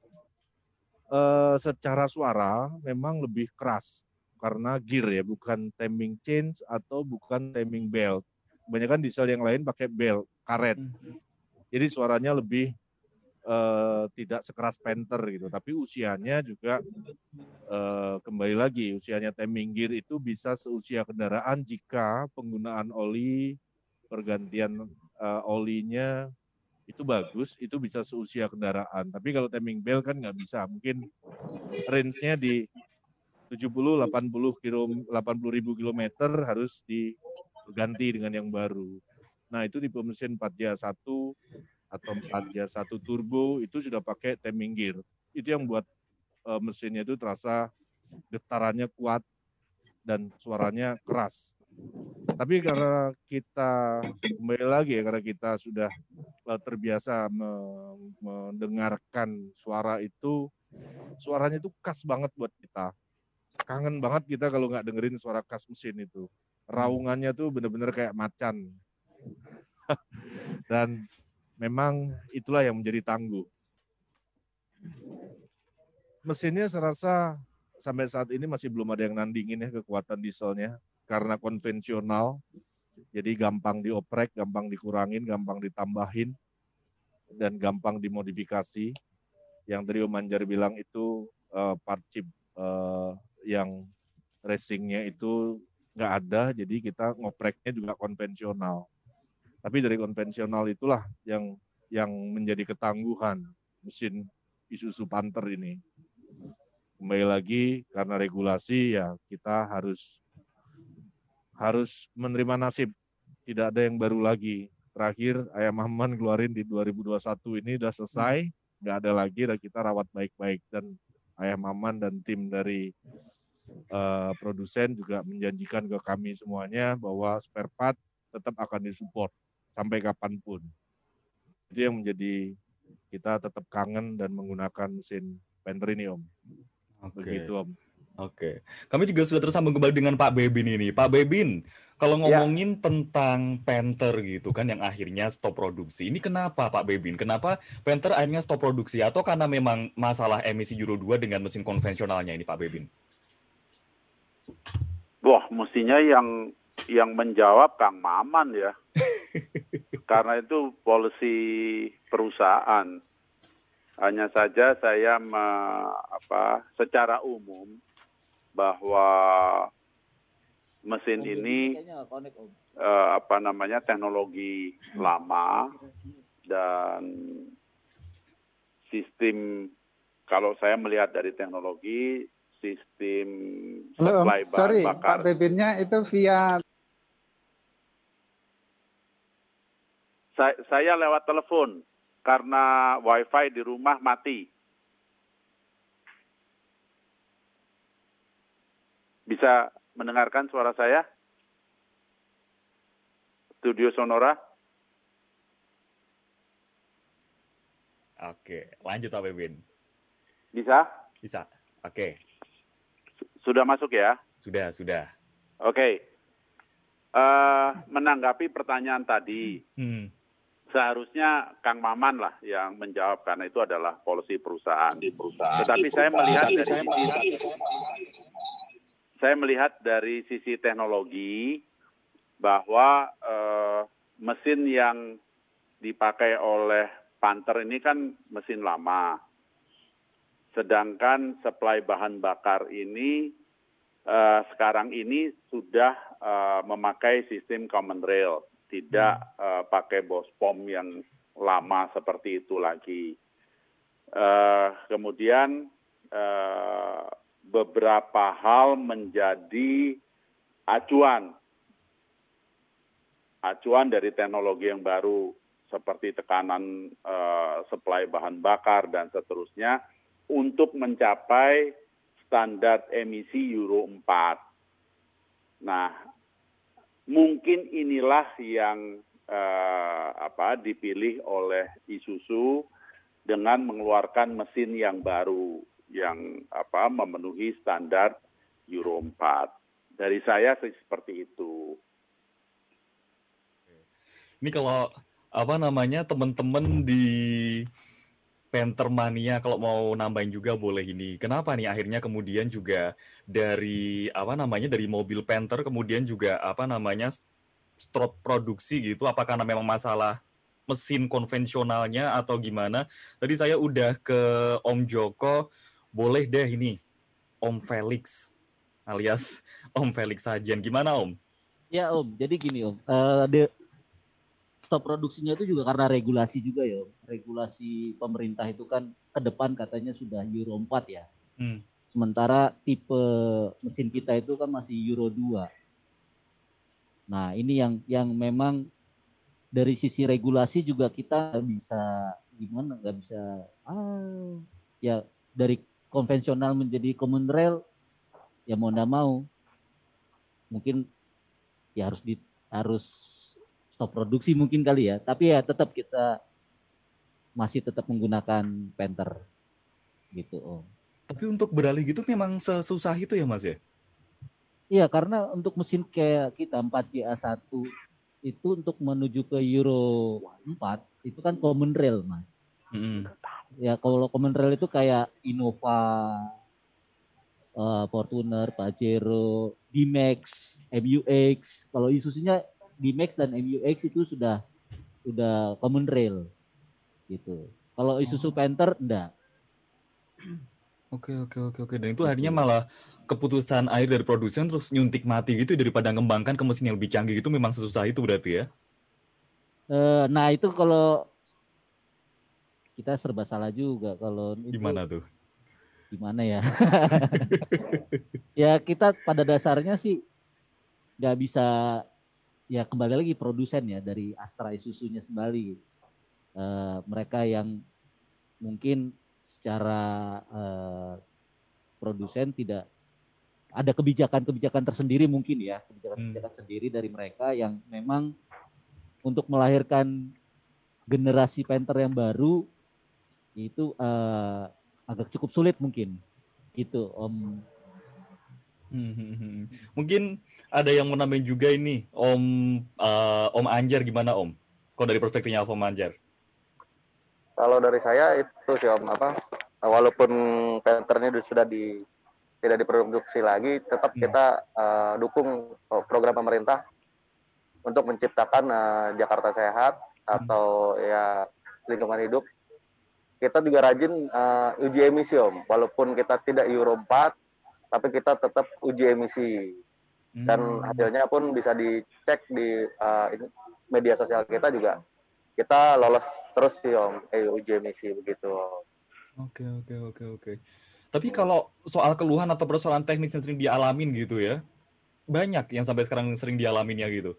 [SPEAKER 3] Uh, secara suara memang lebih keras karena gear ya, bukan timing chain atau bukan timing belt. Kebanyakan diesel yang lain pakai belt, karet. Jadi suaranya lebih uh, tidak sekeras Panther gitu. Tapi usianya juga uh, kembali lagi, usianya timing gear itu bisa seusia kendaraan jika penggunaan oli, pergantian uh, olinya itu bagus, itu bisa seusia kendaraan. Tapi kalau timing belt kan nggak bisa. Mungkin range-nya di tujuh puluh sampai delapan puluh ribu kilometer harus diganti dengan yang baru. Nah itu tipe mesin empat J satu atau empat J satu turbo itu sudah pakai timing gear. Itu yang buat uh, mesinnya itu terasa getarannya kuat dan suaranya keras. Tapi karena kita kembali lagi ya, karena kita sudah terbiasa mendengarkan suara itu, suaranya itu khas banget buat kita. kangen banget kita kalau nggak dengerin suara kas mesin itu. Raungannya tuh bener-bener kayak macan. Dan memang itulah yang menjadi tangguh. Mesinnya serasa sampai saat ini masih belum ada yang nandingin ya kekuatan dieselnya. Karena konvensional, jadi gampang dioprek, gampang dikurangin, gampang ditambahin, dan gampang dimodifikasi. Yang tadi Om Anjar bilang itu uh, part chip uh, yang racingnya itu nggak ada, jadi kita ngopreknya juga konvensional. Tapi dari konvensional itulah yang yang menjadi ketangguhan mesin Isuzu Panther ini. Kembali lagi karena regulasi ya kita harus harus menerima nasib. Tidak ada yang baru lagi. Terakhir Ayah Maman keluarin di dua ribu dua puluh satu ini udah selesai, nggak ada lagi dan kita rawat baik-baik. Dan Ayah Maman dan tim dari uh, produsen juga menjanjikan ke kami semuanya bahwa spare part tetap akan disupport sampai kapanpun. Itu yang menjadi kita tetap kangen dan menggunakan mesin Panther ini, Om.
[SPEAKER 1] Oke.
[SPEAKER 3] Begitu, Om.
[SPEAKER 1] Oke. Kami juga sudah tersambung kembali dengan Pak Bebin ini. Pak Bebin, kalau ngomongin ya. tentang Panther gitu kan yang akhirnya stop produksi. Ini kenapa Pak Bebin? Kenapa Panther akhirnya stop produksi? Atau karena memang masalah emisi Euro dua dengan mesin konvensionalnya ini Pak Bebin?
[SPEAKER 2] Wah, mestinya yang yang menjawab Kang Maman ya. Karena itu polisi perusahaan. Hanya saja saya me, apa, secara umum bahwa mesin ini eh, apa namanya teknologi lama dan sistem, kalau saya melihat dari teknologi sistem supply bahan
[SPEAKER 7] sorry,
[SPEAKER 2] bakar.
[SPEAKER 7] Pak Bebinnya itu via
[SPEAKER 2] saya, saya lewat telepon karena wifi di rumah mati. Bisa mendengarkan suara saya? Studio Sonora?
[SPEAKER 1] Oke, lanjut Pak Bebin.
[SPEAKER 2] Bisa?
[SPEAKER 1] Bisa, oke.
[SPEAKER 2] Sudah masuk ya?
[SPEAKER 1] Sudah, sudah.
[SPEAKER 2] Oke. Uh, menanggapi pertanyaan tadi, hmm. seharusnya Kang Maman lah yang menjawab karena itu adalah polisi perusahaan. Di perusahaan. Tetapi di saya melihat dari saya melihat, saya melihat dari sisi teknologi bahwa uh, mesin yang dipakai oleh Panther ini kan mesin lama. Sedangkan supply bahan bakar ini uh, sekarang ini sudah uh, memakai sistem common rail, tidak uh, pakai bospom yang lama seperti itu lagi. Uh, kemudian uh, beberapa hal menjadi acuan, acuan dari teknologi yang baru seperti tekanan uh, supply bahan bakar dan seterusnya untuk mencapai standar emisi Euro empat. Nah, mungkin inilah yang uh, apa dipilih oleh Isuzu dengan mengeluarkan mesin yang baru yang apa memenuhi standar Euro empat. Dari saya seperti itu.
[SPEAKER 1] Ini kalau apa namanya teman-teman di Panther Mania kalau mau nambahin juga boleh ini. Kenapa nih akhirnya kemudian juga dari apa namanya dari mobil Panther kemudian juga apa namanya stop produksi gitu? Apakah karena memang masalah mesin konvensionalnya atau gimana? Tadi saya udah ke Om Joko, boleh deh ini Om Felix alias Om Felix Sajian. Gimana Om?
[SPEAKER 5] Ya Om, jadi gini Om, uh, de stop produksinya itu juga karena regulasi juga ya. Regulasi pemerintah itu kan ke depan katanya sudah Euro empat ya. Hmm. Sementara tipe mesin kita itu kan masih Euro dua. Nah ini yang yang memang dari sisi regulasi juga kita nggak bisa gimana nggak bisa ah ya dari konvensional menjadi common rail ya mau nggak mau mungkin ya harus di harus stop produksi mungkin kali ya, tapi ya tetap kita masih tetap menggunakan Panther gitu Om.
[SPEAKER 1] Tapi untuk beralih gitu memang sesusah itu ya Mas ya?
[SPEAKER 5] Iya, karena untuk mesin kayak kita empat J A satu itu untuk menuju ke Euro empat itu kan common rail, Mas.
[SPEAKER 1] Mm-hmm.
[SPEAKER 5] Ya kalau common rail itu kayak Innova, uh, Fortuner, Pajero, D-Max, M U X. Kalau Isuzu-nya D-Max dan M U X itu sudah udah common rail gitu. Kalau Isuzu
[SPEAKER 1] Oh.
[SPEAKER 5] Panther enggak.
[SPEAKER 1] Oke oke oke oke. Dan itu akhirnya malah keputusan akhir dari produsen terus nyuntik mati gitu daripada ngembangkan ke mesin yang lebih canggih itu memang sesusah itu berarti ya?
[SPEAKER 5] Uh, nah itu kalau kita serba salah juga kalau itu.
[SPEAKER 1] Gimana tuh?
[SPEAKER 5] Gimana ya? Ya kita pada dasarnya sih nggak bisa, ya kembali lagi produsen ya dari Astra Isuzu-nya sendiri. Uh, mereka yang mungkin secara uh, produsen tidak ada kebijakan-kebijakan tersendiri mungkin ya, kebijakan-kebijakan hmm. sendiri dari mereka yang memang untuk melahirkan generasi Panther yang baru itu uh, agak cukup sulit mungkin gitu Om.
[SPEAKER 1] Hmm. Mungkin ada yang mau nambahin juga ini Om uh, Om Anjar, gimana Om? Kok dari perspektifnya Om Anjar?
[SPEAKER 6] Kalau dari saya itu sih Om, apa walaupun Panther-nya sudah di tidak diproduksi lagi, tetap hmm. kita uh, dukung program pemerintah untuk menciptakan uh, Jakarta sehat atau hmm. ya lingkungan hidup. Kita juga rajin uh, uji emisi Om, walaupun kita tidak Euro empat, tapi kita tetap uji emisi. Dan hmm. hasilnya pun bisa dicek di uh, media sosial kita juga. Kita lolos terus sih Om, eh, uji emisi begitu.
[SPEAKER 1] Oke, oke, oke, oke. Tapi kalau soal keluhan atau persoalan teknis yang sering dialamin gitu ya, banyak yang sampai sekarang sering dialaminnya gitu.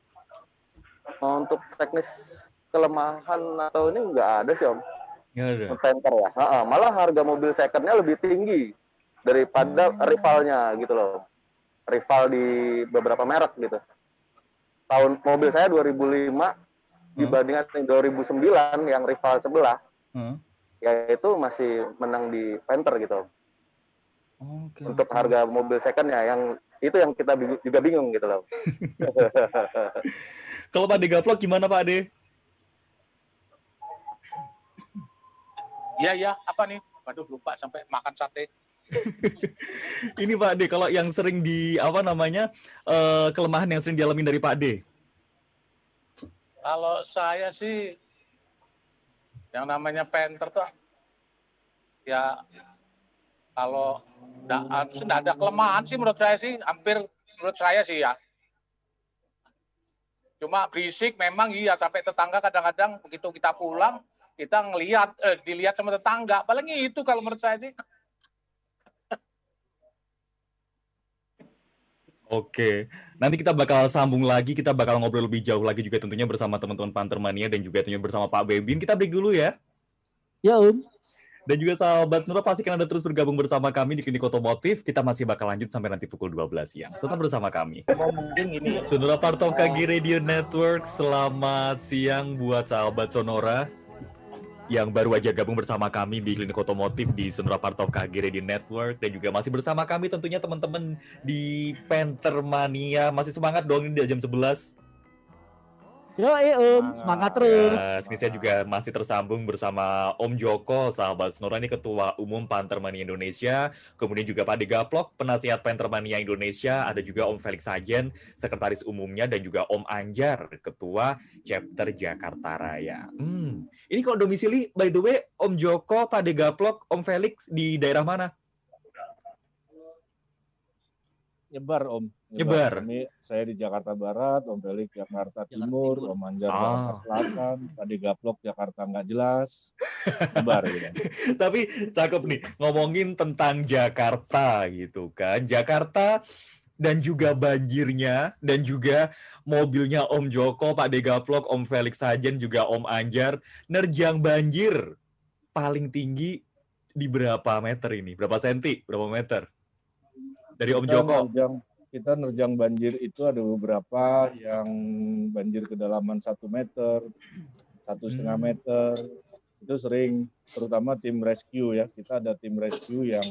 [SPEAKER 6] Untuk teknis kelemahan atau ini nggak ada sih Om.
[SPEAKER 1] Nggak ada.
[SPEAKER 6] Panther ya. Ha-ha, malah harga mobil secondnya lebih tinggi daripada hmm. rivalnya gitu loh. Rival di beberapa merek gitu. Tahun mobil saya dua ribu lima hmm. dibandingkan dua ribu sembilan yang rival sebelah. Hmm. Ya itu masih menang di Panther gitu. Okay, untuk okay. harga mobil secondnya yang itu yang kita juga bingung gitu loh.
[SPEAKER 1] Kalau Pak De Gaplok gimana Pak De?
[SPEAKER 4] Iya, iya, apa nih? Waduh, lupa sampai makan sate.
[SPEAKER 1] Ini Pak De, kalau yang sering di, apa namanya, uh, kelemahan yang sering dialami dari Pak De?
[SPEAKER 4] Kalau saya sih, yang namanya Panther tuh, ya, kalau sudah ada kelemahan sih menurut saya sih, hampir menurut saya sih ya. Cuma berisik memang iya, sampai tetangga kadang-kadang begitu kita pulang, kita ngelihat, eh, dilihat sama tetangga, paling itu kalau menurut saya sih.
[SPEAKER 1] Oke, nanti kita bakal sambung lagi, kita bakal ngobrol lebih jauh lagi juga tentunya bersama teman-teman Panthermania dan juga tentunya bersama Pak Bebin. Kita break dulu ya.
[SPEAKER 5] Ya Om.
[SPEAKER 1] Dan juga sahabat Sonora, pastikan Anda terus bergabung bersama kami di Klinik Otomotif. Kita masih bakal lanjut sampai nanti pukul dua belas siang. Tetap bersama kami. Sonora part of K G Radio Network, selamat siang buat sahabat Sonora yang baru aja gabung bersama kami di Klinik Otomotif di Sonora part of K G Radio Network. Dan juga masih bersama kami tentunya teman-teman di Panthermania. Masih semangat dong ini di jam sebelas.
[SPEAKER 5] Yo, eh, Om, semangat terus.
[SPEAKER 1] Ya, ini saya juga masih tersambung bersama Om Joko, sahabat Sonora, ini Ketua Umum Panthermania Indonesia. Kemudian juga Pak De Gaplok, penasihat Panthermania Indonesia. Ada juga Om Felix Sajen, Sekretaris Umumnya. Dan juga Om Anjar, Ketua Chapter Jakarta Raya. Hmm. Ini kalau domisili, by the way, Om Joko, Pak De Gaplok, Om Felix di daerah mana?
[SPEAKER 3] Nyebar Om.
[SPEAKER 1] Nyebar.
[SPEAKER 3] Ini saya di Jakarta Barat, Om Felix Jakarta Timur, Jakarta Timur. Om Anjar ah. Jakarta Selatan, Pak De Gaplok Jakarta nggak jelas. Nyebar gitu.
[SPEAKER 1] Tapi cakep nih, ngomongin tentang Jakarta gitu kan. Jakarta dan juga banjirnya, dan juga mobilnya Om Joko, Pak De Gaplok, Om Felix Sajen, juga Om Anjar, nerjang banjir paling tinggi di berapa meter ini? Berapa senti? Berapa meter? Dari Om
[SPEAKER 3] kita
[SPEAKER 1] Joko.
[SPEAKER 3] Nerjang, kita nerjang banjir itu ada beberapa yang banjir kedalaman satu meter, satu setengah meter, itu sering, terutama tim rescue ya, kita ada tim rescue yang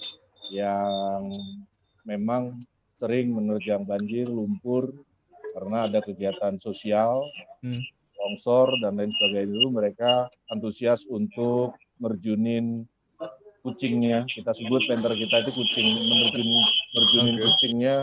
[SPEAKER 3] yang memang sering menerjang banjir, lumpur, karena ada kegiatan sosial,
[SPEAKER 1] Hmm.
[SPEAKER 3] longsor dan lain sebagainya itu mereka antusias untuk merjunin kucingnya. Kita sebut penter kita itu kucing, menerjun, merjunin
[SPEAKER 1] Oke.
[SPEAKER 3] kucingnya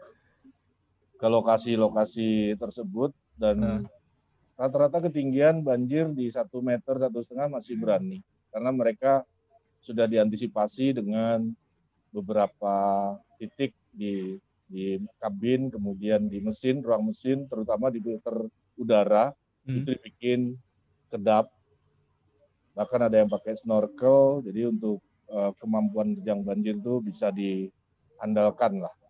[SPEAKER 3] ke lokasi-lokasi tersebut dan
[SPEAKER 1] Nah.
[SPEAKER 3] rata-rata ketinggian banjir di satu meter satu setengah masih berani karena mereka sudah diantisipasi dengan beberapa titik di di kabin, kemudian di mesin, ruang mesin, terutama di filter udara
[SPEAKER 1] Hmm.
[SPEAKER 3] itu dibikin kedap. Bahkan ada yang pakai snorkel, jadi untuk uh, kemampuan nerjang banjir itu bisa diandalkan lah.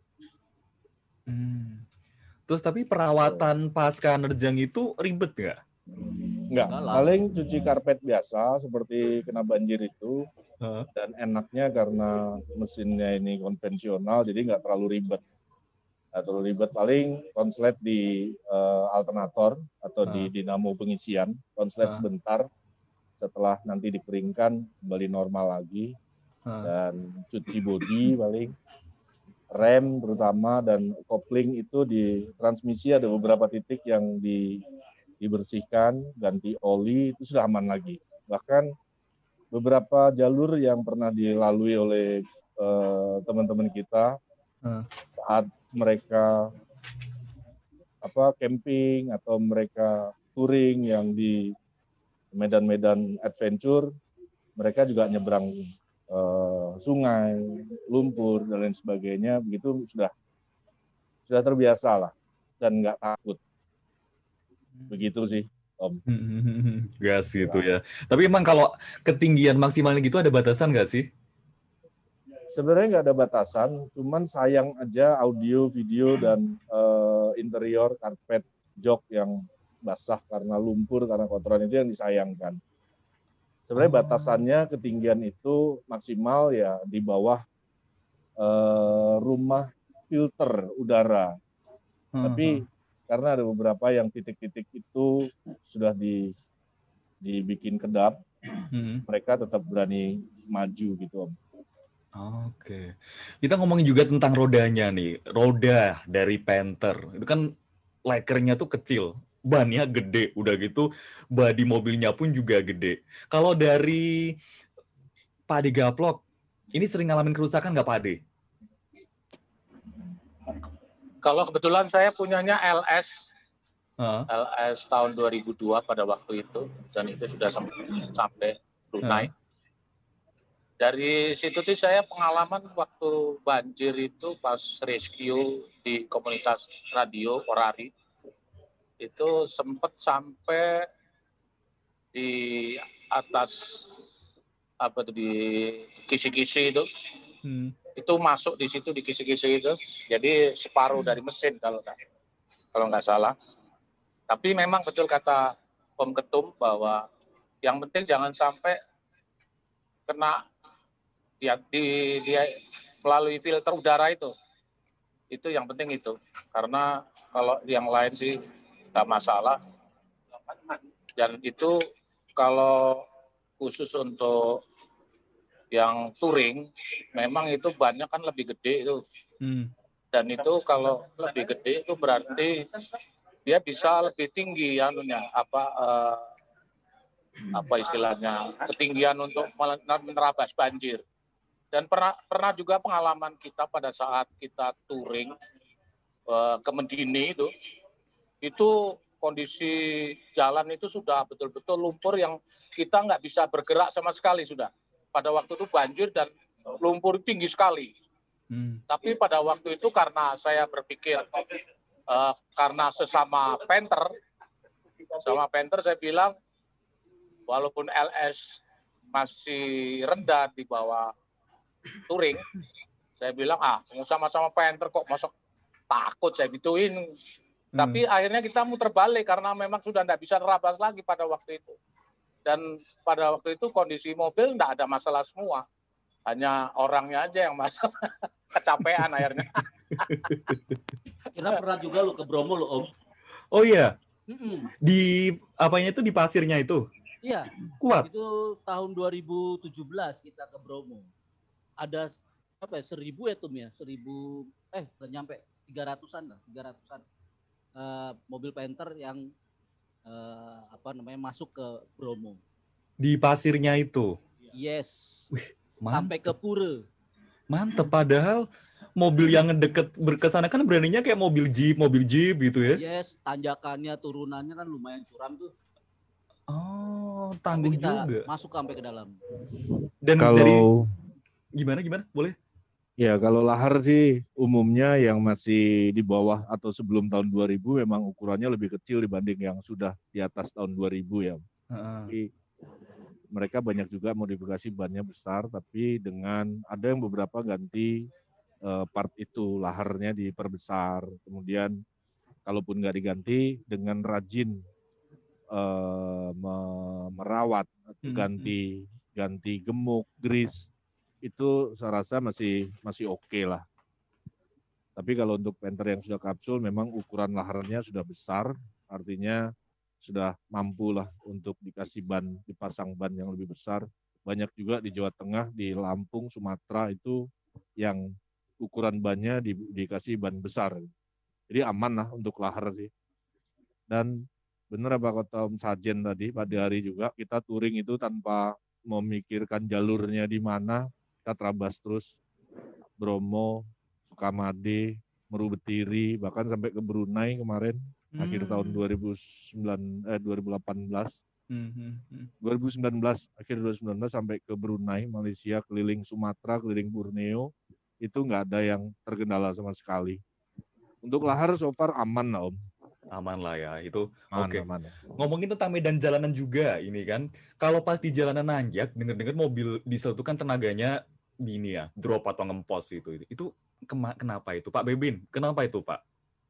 [SPEAKER 1] Hmm. Terus tapi perawatan pasca nerjang itu ribet nggak?
[SPEAKER 3] Enggak,
[SPEAKER 5] Enggak lah.
[SPEAKER 3] paling cuci karpet biasa seperti kena banjir itu.
[SPEAKER 1] Hah?
[SPEAKER 3] Dan enaknya karena mesinnya ini konvensional, jadi nggak terlalu ribet. Nggak terlalu ribet, paling konslet di uh, alternator atau
[SPEAKER 1] Ah.
[SPEAKER 3] di dinamo pengisian, konslet
[SPEAKER 1] Ah.
[SPEAKER 3] sebentar, setelah nanti dikeringkan kembali normal lagi,
[SPEAKER 1] Ah.
[SPEAKER 3] dan cuci bodi paling, rem terutama, dan kopling itu di transmisi ada beberapa titik yang di, dibersihkan, ganti oli, itu sudah aman lagi. Bahkan beberapa jalur yang pernah dilalui oleh uh, teman-teman kita
[SPEAKER 1] Hmm.
[SPEAKER 3] saat mereka apa camping atau mereka touring yang di medan-medan adventure, mereka juga nyebrang uh, sungai, lumpur dan lain sebagainya, begitu sudah sudah terbiasa lah dan nggak takut. Begitu sih, Om.
[SPEAKER 1] Gas gitu ya. Tapi emang kalau ketinggian maksimalnya gitu ada batasan nggak sih?
[SPEAKER 3] Sebenarnya nggak ada batasan, cuman sayang aja audio, video, dan uh, interior karpet jok yang basah karena lumpur, karena kotoran itu yang disayangkan. Sebenarnya
[SPEAKER 1] Oh.
[SPEAKER 3] batasannya ketinggian itu maksimal ya di bawah uh, rumah filter udara.
[SPEAKER 1] Hmm.
[SPEAKER 3] Tapi karena ada beberapa yang titik-titik itu sudah di, dibikin kedap,
[SPEAKER 1] Hmm.
[SPEAKER 3] mereka tetap berani maju gitu, Om.
[SPEAKER 1] Oke. Kita ngomongin juga tentang rodanya nih. Roda dari Panther. Itu kan lekernya tuh kecil. Bannya gede. Udah gitu bodi mobilnya pun juga gede. Kalau dari Pak Ade Gaplok, ini sering ngalamin kerusakan nggak Pak Ade?
[SPEAKER 4] Kalau kebetulan saya punyanya L S,
[SPEAKER 1] Hah?
[SPEAKER 4] L S tahun dua ribu dua pada waktu itu, dan itu sudah sampai, sampai Brunei.
[SPEAKER 1] Hah?
[SPEAKER 4] Dari situ tuh saya pengalaman waktu banjir itu pas rescue di komunitas radio Orari, itu sempat sampai di atas apa tuh di kisi-kisi itu.
[SPEAKER 1] Hmm.
[SPEAKER 4] Itu masuk di situ di kisi-kisi itu, jadi separuh dari mesin kalau nggak kalau nggak salah. Tapi memang betul kata Om Ketum bahwa yang penting jangan sampai kena ya di dia melalui filter udara itu. Itu yang penting itu, karena kalau yang lain sih nggak masalah. Dan itu kalau khusus untuk yang touring, memang itu bannya kan lebih gede itu.
[SPEAKER 1] Hmm.
[SPEAKER 4] Dan itu kalau lebih gede itu berarti dia bisa lebih tinggi anunya apa eh, apa istilahnya ketinggian untuk menerabas banjir. Dan pernah pernah juga pengalaman kita pada saat kita touring eh, ke Mendini itu, itu kondisi jalan itu sudah betul-betul lumpur yang kita nggak bisa bergerak sama sekali sudah. Pada waktu itu banjir dan lumpur tinggi sekali.
[SPEAKER 1] Hmm.
[SPEAKER 4] Tapi pada waktu itu karena saya berpikir uh, karena sesama Panther, sama Panther saya bilang walaupun L S masih rendah di bawah touring, saya bilang ah sama-sama Panther kok masuk takut saya gituin. Hmm. Tapi akhirnya kita muter balik karena memang sudah tidak bisa terabas lagi pada waktu itu. Dan pada waktu itu kondisi mobil tidak ada masalah semua. Hanya orangnya aja yang masalah. Kecapean akhirnya.
[SPEAKER 5] Kita pernah juga lo ke Bromo lo Om.
[SPEAKER 1] Oh iya?
[SPEAKER 5] Mm-mm.
[SPEAKER 1] Di apanya itu di pasirnya itu?
[SPEAKER 5] Iya,
[SPEAKER 1] Kuat.
[SPEAKER 5] itu tahun dua ribu tujuh belas kita ke Bromo. Ada apa ya, seribu ya Tum ya, seribu, eh nggak nyampe, tiga ratusan lah, tiga ratusan uh, mobil Panther yang uh, apa namanya masuk ke Bromo.
[SPEAKER 1] Di pasirnya itu?
[SPEAKER 5] Yes.
[SPEAKER 1] Wih,
[SPEAKER 5] sampai ke Pura.
[SPEAKER 1] Mantep, padahal mobil yang deket berkesana kan beraninya kayak mobil jeep, mobil jeep gitu ya?
[SPEAKER 5] Yes, tanjakannya, turunannya kan lumayan curam tuh.
[SPEAKER 1] Oh, tangguh
[SPEAKER 5] kita
[SPEAKER 1] juga.
[SPEAKER 5] Masuk sampai ke dalam.
[SPEAKER 1] Dan
[SPEAKER 3] kalau
[SPEAKER 1] dari gimana gimana? Boleh?
[SPEAKER 3] Ya, kalau lahar sih umumnya yang masih di bawah atau sebelum tahun dua ribu memang ukurannya lebih kecil dibanding yang sudah di atas tahun dua ribu ya.
[SPEAKER 1] Uh-uh.
[SPEAKER 3] Tapi mereka banyak juga modifikasi bannya besar, tapi dengan ada yang beberapa ganti uh, part itu, laharnya diperbesar. Kemudian kalaupun nggak diganti, dengan rajin uh, merawat,
[SPEAKER 1] Hmm.
[SPEAKER 3] ganti ganti gemuk, grease, itu saya rasa masih masih oke okay lah. Tapi kalau untuk Panther yang sudah kapsul, memang ukuran laharnya sudah besar, artinya sudah mampu lah untuk dikasih ban, dipasang ban yang lebih besar. Banyak juga di Jawa Tengah, di Lampung, Sumatera itu yang ukuran bannya di, dikasih ban besar. Jadi aman lah untuk lahar sih. Dan benar apa kata Om Sarjen tadi, pada hari juga kita touring itu tanpa memikirkan jalurnya di mana, kita terabas terus Bromo, Sukamade, Meru Betiri, bahkan sampai ke Brunei kemarin. Hmm. Akhir tahun dua ribu sembilan, eh, dua ribu delapan belas, hmm, hmm, hmm. dua ribu sembilan belas, akhir dua ribu sembilan belas sampai ke Brunei, Malaysia, keliling Sumatera, keliling Borneo, itu nggak ada yang terkendala sama sekali. Untuk lahar so far aman lah Om.
[SPEAKER 1] Aman lah ya, itu oke. Okay.
[SPEAKER 3] Aman.
[SPEAKER 1] Ngomongin tentang medan jalanan juga ini kan, kalau pas di jalanan nanjak, denger-denger mobil diesel itu kan tenaganya gini ya, drop atau ngempos gitu. Itu kema- kenapa itu Pak Bebin? Kenapa itu Pak?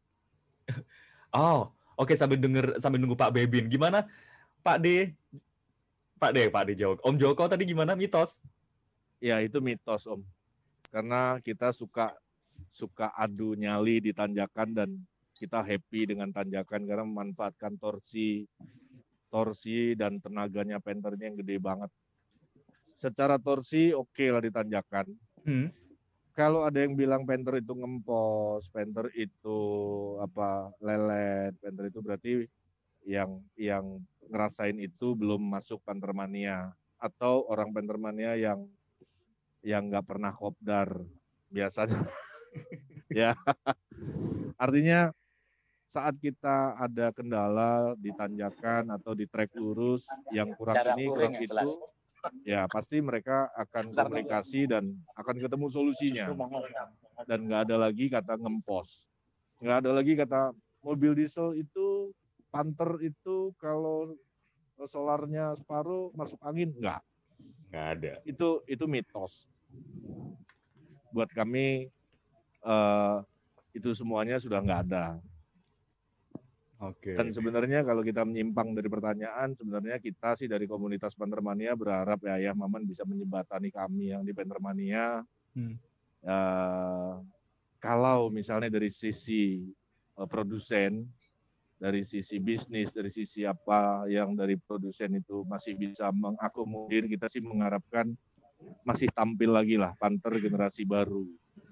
[SPEAKER 1] Oh, oke okay, sambil denger sambil nunggu Pak Bebin. Gimana Pak D? Pak D, Pak D jawab. Om Joko tadi gimana mitos?
[SPEAKER 3] Ya itu mitos Om. Karena kita suka suka adu nyali di tanjakan dan kita happy dengan tanjakan karena memanfaatkan torsi torsi dan tenaganya Panthernya yang gede banget. Secara torsi oke okay lah di tanjakan. Hmm. Kalau ada yang bilang Panther itu ngempos, Panther itu apa lelet, Panther itu berarti yang yang ngerasain itu belum masuk Panthermania atau orang Panthermania yang yang nggak pernah kopdar biasanya. Ya, artinya saat kita ada kendala di tanjakan atau di trek lurus yang kurang Cara ini kurang itu, jelas. Ya pasti mereka akan komunikasi dan akan ketemu solusinya. Dan nggak ada lagi kata ngempos. Nggak ada lagi kata mobil diesel itu, Panther itu kalau solarnya separuh masuk angin. Nggak.
[SPEAKER 1] Nggak ada.
[SPEAKER 3] Itu, itu mitos. Buat kami uh, itu semuanya sudah nggak ada.
[SPEAKER 1] Oke.
[SPEAKER 3] Dan sebenarnya kalau kita menyimpang dari pertanyaan, sebenarnya kita sih dari komunitas Panthermania berharap ya Ayah Maman bisa menjembatani kami yang di Panthermania. Hmm. Uh, kalau misalnya dari sisi uh, produsen, dari sisi bisnis, dari sisi apa yang dari produsen itu masih bisa mengakomodir, kita sih mengharapkan masih tampil lagi lah Panther generasi baru.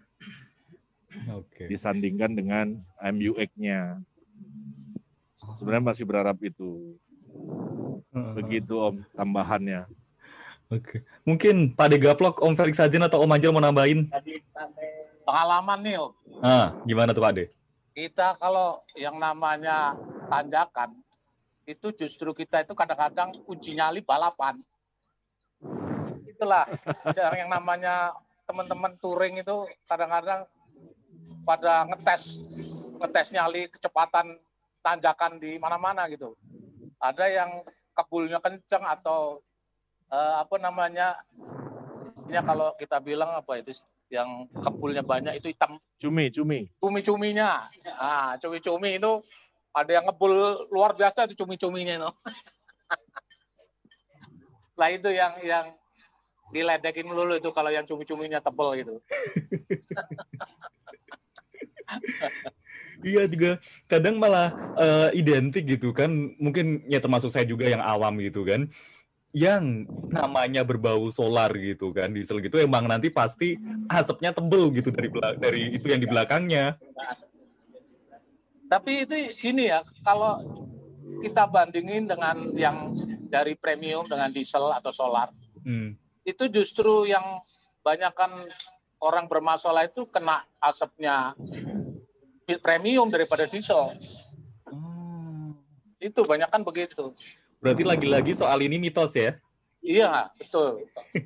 [SPEAKER 1] Oke.
[SPEAKER 3] Disandingkan dengan M U X-nya. Sebenarnya masih berharap itu. Begitu Om tambahannya.
[SPEAKER 1] Oke. Mungkin Pak De Gaplok, Om Felix Sarjen atau Om Anjel mau nambahin?
[SPEAKER 4] Pengalaman nih Om.
[SPEAKER 1] Ah, gimana tuh Pak De?
[SPEAKER 4] Kita kalau yang namanya tanjakan, itu justru kita itu kadang-kadang uji nyali balapan. Itulah yang namanya teman-teman touring itu kadang-kadang pada ngetes, ngetes nyali kecepatan tanjakan di mana-mana gitu. Ada yang kebulnya kenceng atau uh, apa namanya, ini kalau kita bilang apa itu yang kebulnya banyak itu hitam.
[SPEAKER 3] Cumi, cumi.
[SPEAKER 4] Cumi-cuminya. Nah, cumi-cumi itu ada yang ngebul luar biasa itu cumi-cuminya itu. Lah itu yang yang diledekin melulu itu kalau yang cumi-cuminya tebel gitu.
[SPEAKER 1] Iya juga kadang malah eh, identik gitu kan, mungkin ya termasuk saya juga yang awam gitu kan, yang namanya berbau solar gitu kan, diesel gitu emang nanti pasti asapnya tebel gitu dari bela- dari itu yang di belakangnya.
[SPEAKER 4] Tapi itu gini ya, kalau kita bandingin dengan yang dari premium dengan diesel atau solar,
[SPEAKER 1] Hmm.
[SPEAKER 4] itu justru yang banyakkan orang bermasalah itu kena asapnya premium daripada diesel.
[SPEAKER 1] Oh.
[SPEAKER 4] Itu banyakkan begitu.
[SPEAKER 1] Berarti lagi-lagi soal ini mitos ya?
[SPEAKER 4] Iya, betul.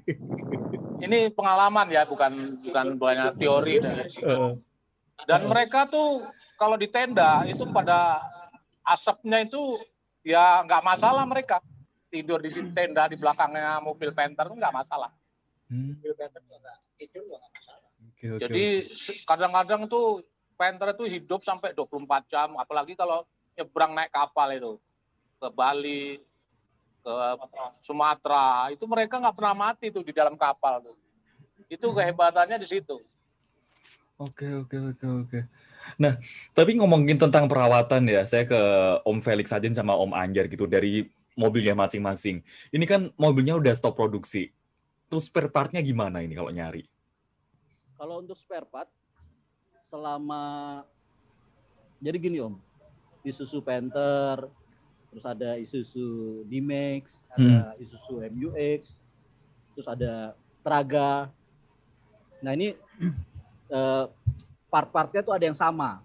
[SPEAKER 4] Ini pengalaman ya, bukan bukan banyak teori.
[SPEAKER 1] Uh.
[SPEAKER 4] Dan mereka tuh kalau di tenda itu pada asapnya itu ya nggak masalah, mereka tidur di tenda di belakangnya mobil Panther nggak masalah.
[SPEAKER 1] Hmm.
[SPEAKER 4] Mobil Panther nggak tidur nggak masalah.
[SPEAKER 1] Okay, okay,
[SPEAKER 4] Jadi okay. kadang-kadang tuh Panther itu hidup sampai dua puluh empat jam, apalagi kalau nyebrang naik kapal itu ke Bali, ke Sumatera, itu mereka nggak pernah mati tuh di dalam kapal tuh. Itu kehebatannya di situ.
[SPEAKER 1] Oke, oke, oke, oke. Nah, tapi ngomongin tentang perawatan ya, saya ke Om Felix aja sama Om Anjar gitu, dari mobilnya masing-masing. Ini kan mobilnya udah stop produksi. Terus spare part-nya gimana ini kalau nyari?
[SPEAKER 5] Kalau untuk spare part, selama... Jadi gini Om, Isuzu Panther, terus ada Isuzu D-Max, ada hmm. Isuzu M U X, terus ada Traga. Nah ini eh, part-partnya tuh ada yang sama.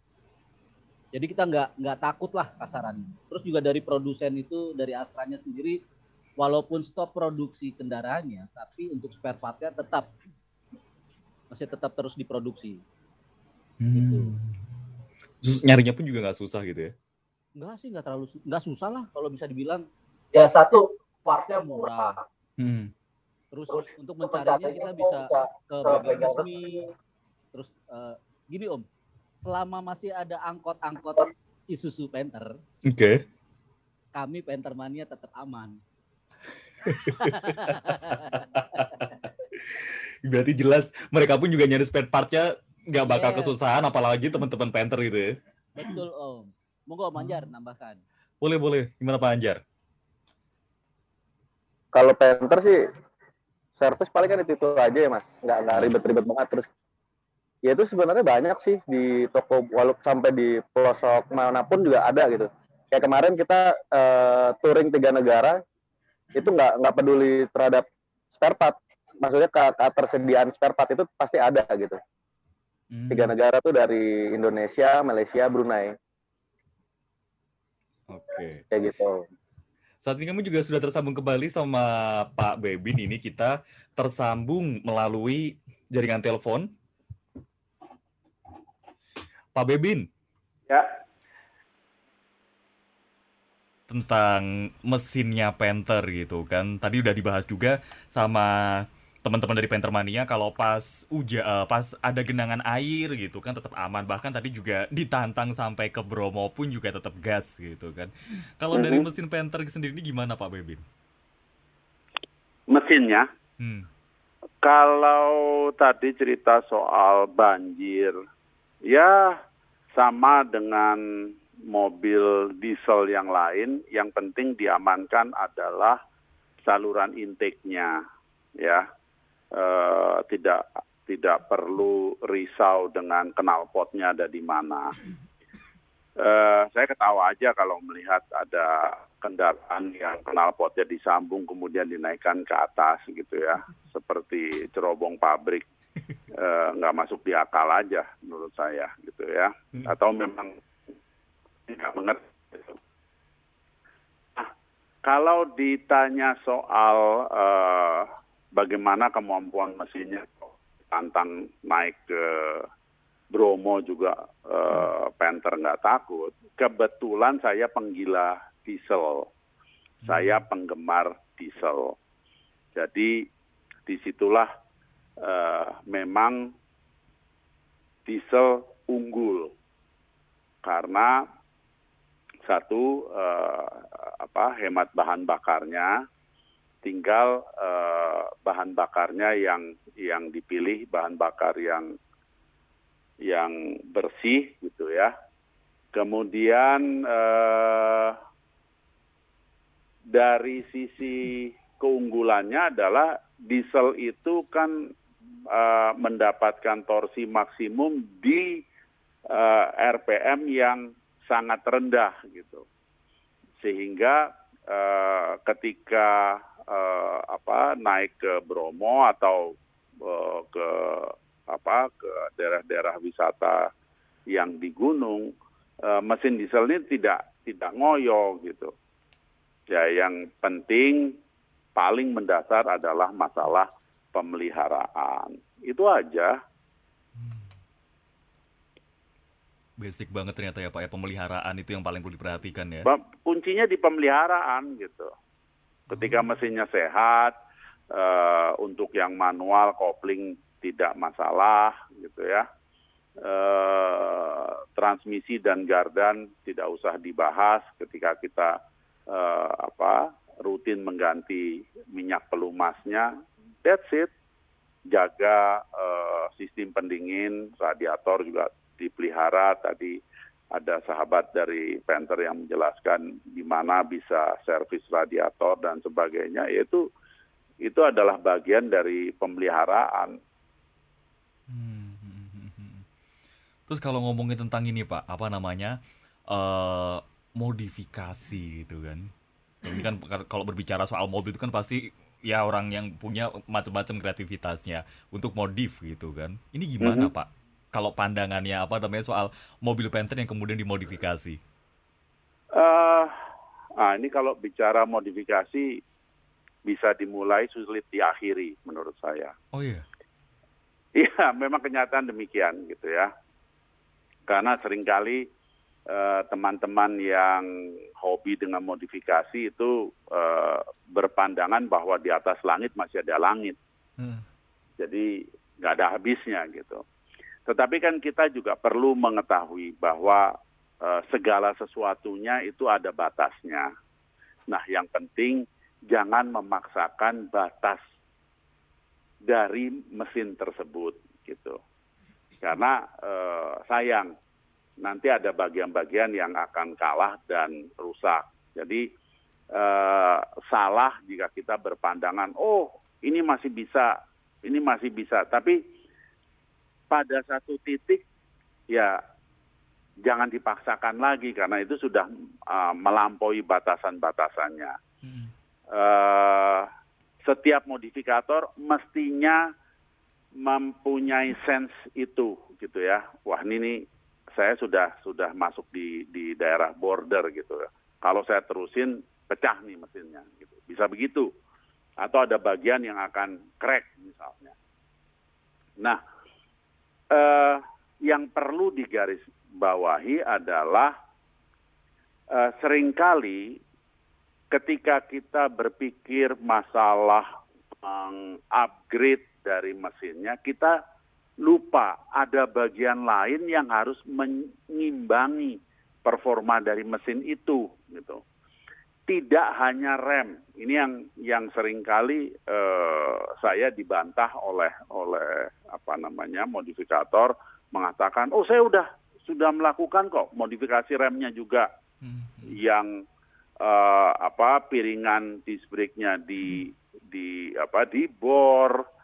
[SPEAKER 5] Jadi kita nggak nggak takut lah kasarannya. Terus juga dari produsen itu, dari Astranya sendiri, walaupun stop produksi kendaraannya, tapi untuk spare partnya tetap masih tetap terus diproduksi.
[SPEAKER 1] Hmm.
[SPEAKER 5] Gitu.
[SPEAKER 1] Nyarinya pun juga nggak susah gitu ya?
[SPEAKER 5] Nggak sih, nggak terlalu nggak susah lah kalau bisa dibilang. Ya satu, partnya murah.
[SPEAKER 1] Hmm.
[SPEAKER 5] Terus, terus untuk mencarinya kita bisa ke bengkel resmi. Terus uh, gini Om, selama masih ada angkot-angkot Isuzu Panther,
[SPEAKER 1] oke, okay.
[SPEAKER 5] kami Panther Mania tetap aman.
[SPEAKER 1] Berarti jelas mereka pun juga nyari spare part-nya nggak bakal yeah. kesusahan, apalagi teman-teman Panther gitu ya.
[SPEAKER 5] Betul Om. Monggo Om Anjar nambahkan.
[SPEAKER 1] Boleh, boleh. Gimana Pak Anjar?
[SPEAKER 6] Kalau Panther sih service paling kan itu aja ya Mas, nggak nggak ribet-ribet banget. Terus ya itu sebenarnya banyak sih di toko, walaupun sampai di pelosok manapun juga ada gitu. Kayak kemarin kita uh, touring tiga negara, itu nggak nggak peduli terhadap spare part, maksudnya ketersediaan spare part itu pasti ada gitu. Hmm. Tiga negara tuh dari Indonesia, Malaysia, Brunei.
[SPEAKER 1] Oke. Okay.
[SPEAKER 6] Kayak gitu.
[SPEAKER 1] Saat ini kami juga sudah tersambung kembali sama Pak Bebin. Ini kita tersambung melalui jaringan telepon. Pak Bebin.
[SPEAKER 2] Ya.
[SPEAKER 1] Tentang mesinnya Panther gitu kan. Tadi udah dibahas juga sama teman-teman dari Panther Mania kalau pas uja, uh, pas ada genangan air gitu kan tetap aman. Bahkan tadi juga ditantang sampai ke Bromo pun juga tetap gas gitu kan. Kalau mm-hmm. dari mesin Panther sendiri ini gimana Pak Bebin?
[SPEAKER 2] Mesinnya? Hmm. Kalau tadi cerita soal banjir, ya sama dengan mobil diesel yang lain. Yang penting diamankan adalah saluran intake-nya, ya. Uh, tidak tidak perlu risau dengan knalpotnya ada di mana. Uh, saya ketawa aja kalau melihat ada kendaraan yang knalpotnya disambung kemudian dinaikkan ke atas gitu ya, seperti cerobong pabrik. Uh, nggak masuk di akal aja menurut saya gitu ya. Atau memang tidak mengerti. Gitu. Nah, kalau ditanya soal uh, bagaimana kemampuan mesinnya, tantang naik ke Bromo juga uh, Panther nggak takut. Kebetulan saya penggila diesel, saya penggemar diesel. Jadi disitulah uh, memang diesel unggul karena satu uh, apa hemat bahan bakarnya. Tinggal uh, bahan bakarnya yang yang dipilih bahan bakar yang yang bersih gitu ya. Kemudian eh, dari sisi keunggulannya adalah diesel itu kan uh, mendapatkan torsi maksimum di uh, R P M yang sangat rendah gitu, sehingga uh, ketika uh, apa naik ke Bromo atau uh, ke apa ke daerah-daerah wisata yang di gunung, uh, mesin diesel ini tidak tidak ngoyo gitu. Ya, yang penting paling mendasar adalah masalah pemeliharaan. Itu aja.
[SPEAKER 1] Basic banget ternyata ya Pak ya, pemeliharaan itu yang paling perlu diperhatikan ya.
[SPEAKER 2] Kuncinya di pemeliharaan gitu. Ketika mesinnya sehat, uh, untuk yang manual kopling tidak masalah gitu ya. Uh, transmisi dan gardan tidak usah dibahas ketika kita uh, apa rutin mengganti minyak pelumasnya, that's it. Jaga uh, sistem pendingin, radiator juga dipelihara. Tadi ada sahabat dari Panther yang menjelaskan di mana bisa servis radiator dan sebagainya. Itu itu adalah bagian dari pemeliharaan.
[SPEAKER 1] Hmm, hmm, hmm, hmm. Terus kalau ngomongin tentang ini Pak, apa namanya uh, modifikasi gitu kan? Ini kan kalau berbicara soal mobil itu kan pasti ya orang yang punya macam-macam kreativitasnya untuk modif gitu kan. Ini gimana mm-hmm. Pak? Kalau pandangannya apa namanya soal mobil Panther yang kemudian dimodifikasi?
[SPEAKER 2] Uh, ah ini kalau bicara modifikasi bisa dimulai sulit diakhiri menurut saya.
[SPEAKER 1] Oh iya.
[SPEAKER 2] Iya, memang kenyataan demikian gitu ya. Karena seringkali Uh, teman-teman yang hobi dengan modifikasi itu uh, berpandangan bahwa di atas langit masih ada langit. Hmm. Jadi nggak ada habisnya gitu. Tetapi kan kita juga perlu mengetahui bahwa uh, segala sesuatunya itu ada batasnya. Nah, yang penting jangan memaksakan batas dari mesin tersebut gitu. Karena uh, sayang nanti ada bagian-bagian yang akan kalah dan rusak. Jadi eh, salah jika kita berpandangan, oh ini masih bisa, ini masih bisa. Tapi pada satu titik ya jangan dipaksakan lagi karena itu sudah uh, melampaui batasan-batasannya. Hmm. Uh, setiap modifikator mestinya mempunyai sense itu, gitu ya. Wah ini nih, saya sudah sudah masuk di di daerah border gitu ya. Kalau saya terusin pecah nih mesinnya gitu. Bisa begitu. Atau ada bagian yang akan crack misalnya. Nah, eh, yang perlu digarisbawahi adalah eh, seringkali ketika kita berpikir masalah meng-upgrade dari mesinnya, kita lupa ada bagian lain yang harus mengimbangi performa dari mesin itu, gitu. Tidak hanya rem. Ini yang yang seringkali eh, saya dibantah oleh oleh apa namanya modifikator mengatakan, oh saya udah sudah melakukan kok modifikasi remnya juga, hmm. yang eh, apa piringan disc brake-nya di di apa dibor.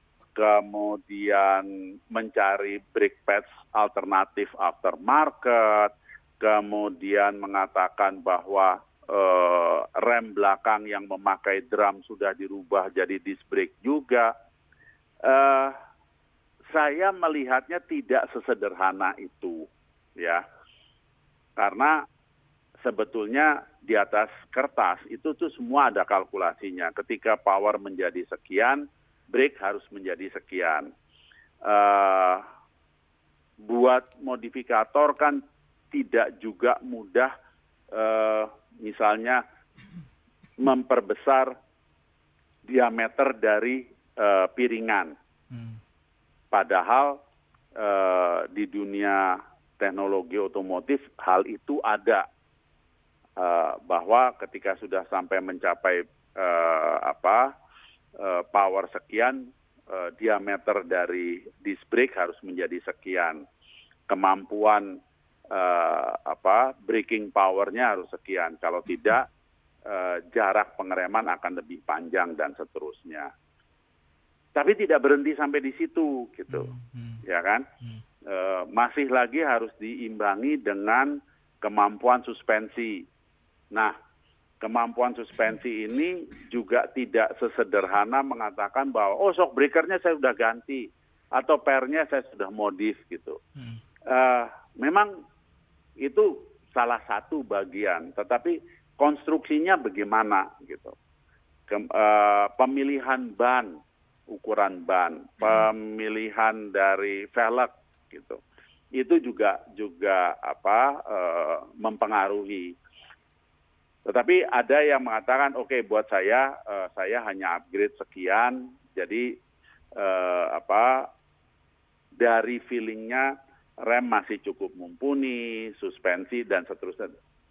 [SPEAKER 2] Kemudian mencari brake pads alternatif aftermarket, kemudian mengatakan bahwa eh, rem belakang yang memakai drum sudah dirubah jadi disc brake juga. Eh, saya melihatnya tidak sesederhana itu, ya, karena sebetulnya di atas kertas itu tuh semua ada kalkulasinya. Ketika power menjadi sekian, brake harus menjadi sekian. Uh, buat modifikator kan tidak juga mudah, uh, misalnya memperbesar diameter dari uh, piringan. Hmm. Padahal uh, di dunia teknologi otomotif hal itu ada, uh, bahwa ketika sudah sampai mencapai uh, apa Uh, power sekian, uh, diameter dari disc brake harus menjadi sekian. kemampuan uh, apa braking powernya harus sekian. Kalau tidak, uh, jarak pengereman akan lebih panjang dan seterusnya. Tapi tidak berhenti sampai di situ, gitu, hmm. ya kan? Hmm. Uh, masih lagi harus diimbangi dengan kemampuan suspensi. Nah, kemampuan suspensi ini juga tidak sesederhana mengatakan bahwa oh shock breaker-nya saya sudah ganti atau pernya saya sudah modif gitu. Hmm. Uh, memang itu salah satu bagian, tetapi konstruksinya bagaimana gitu. Kem, uh, pemilihan ban, ukuran ban, pemilihan dari velg gitu. Itu juga juga apa uh, mempengaruhi. Tetapi ada yang mengatakan, oke okay, buat saya, uh, saya hanya upgrade sekian, jadi uh, apa dari feelingnya rem masih cukup mumpuni, suspensi dan seterusnya.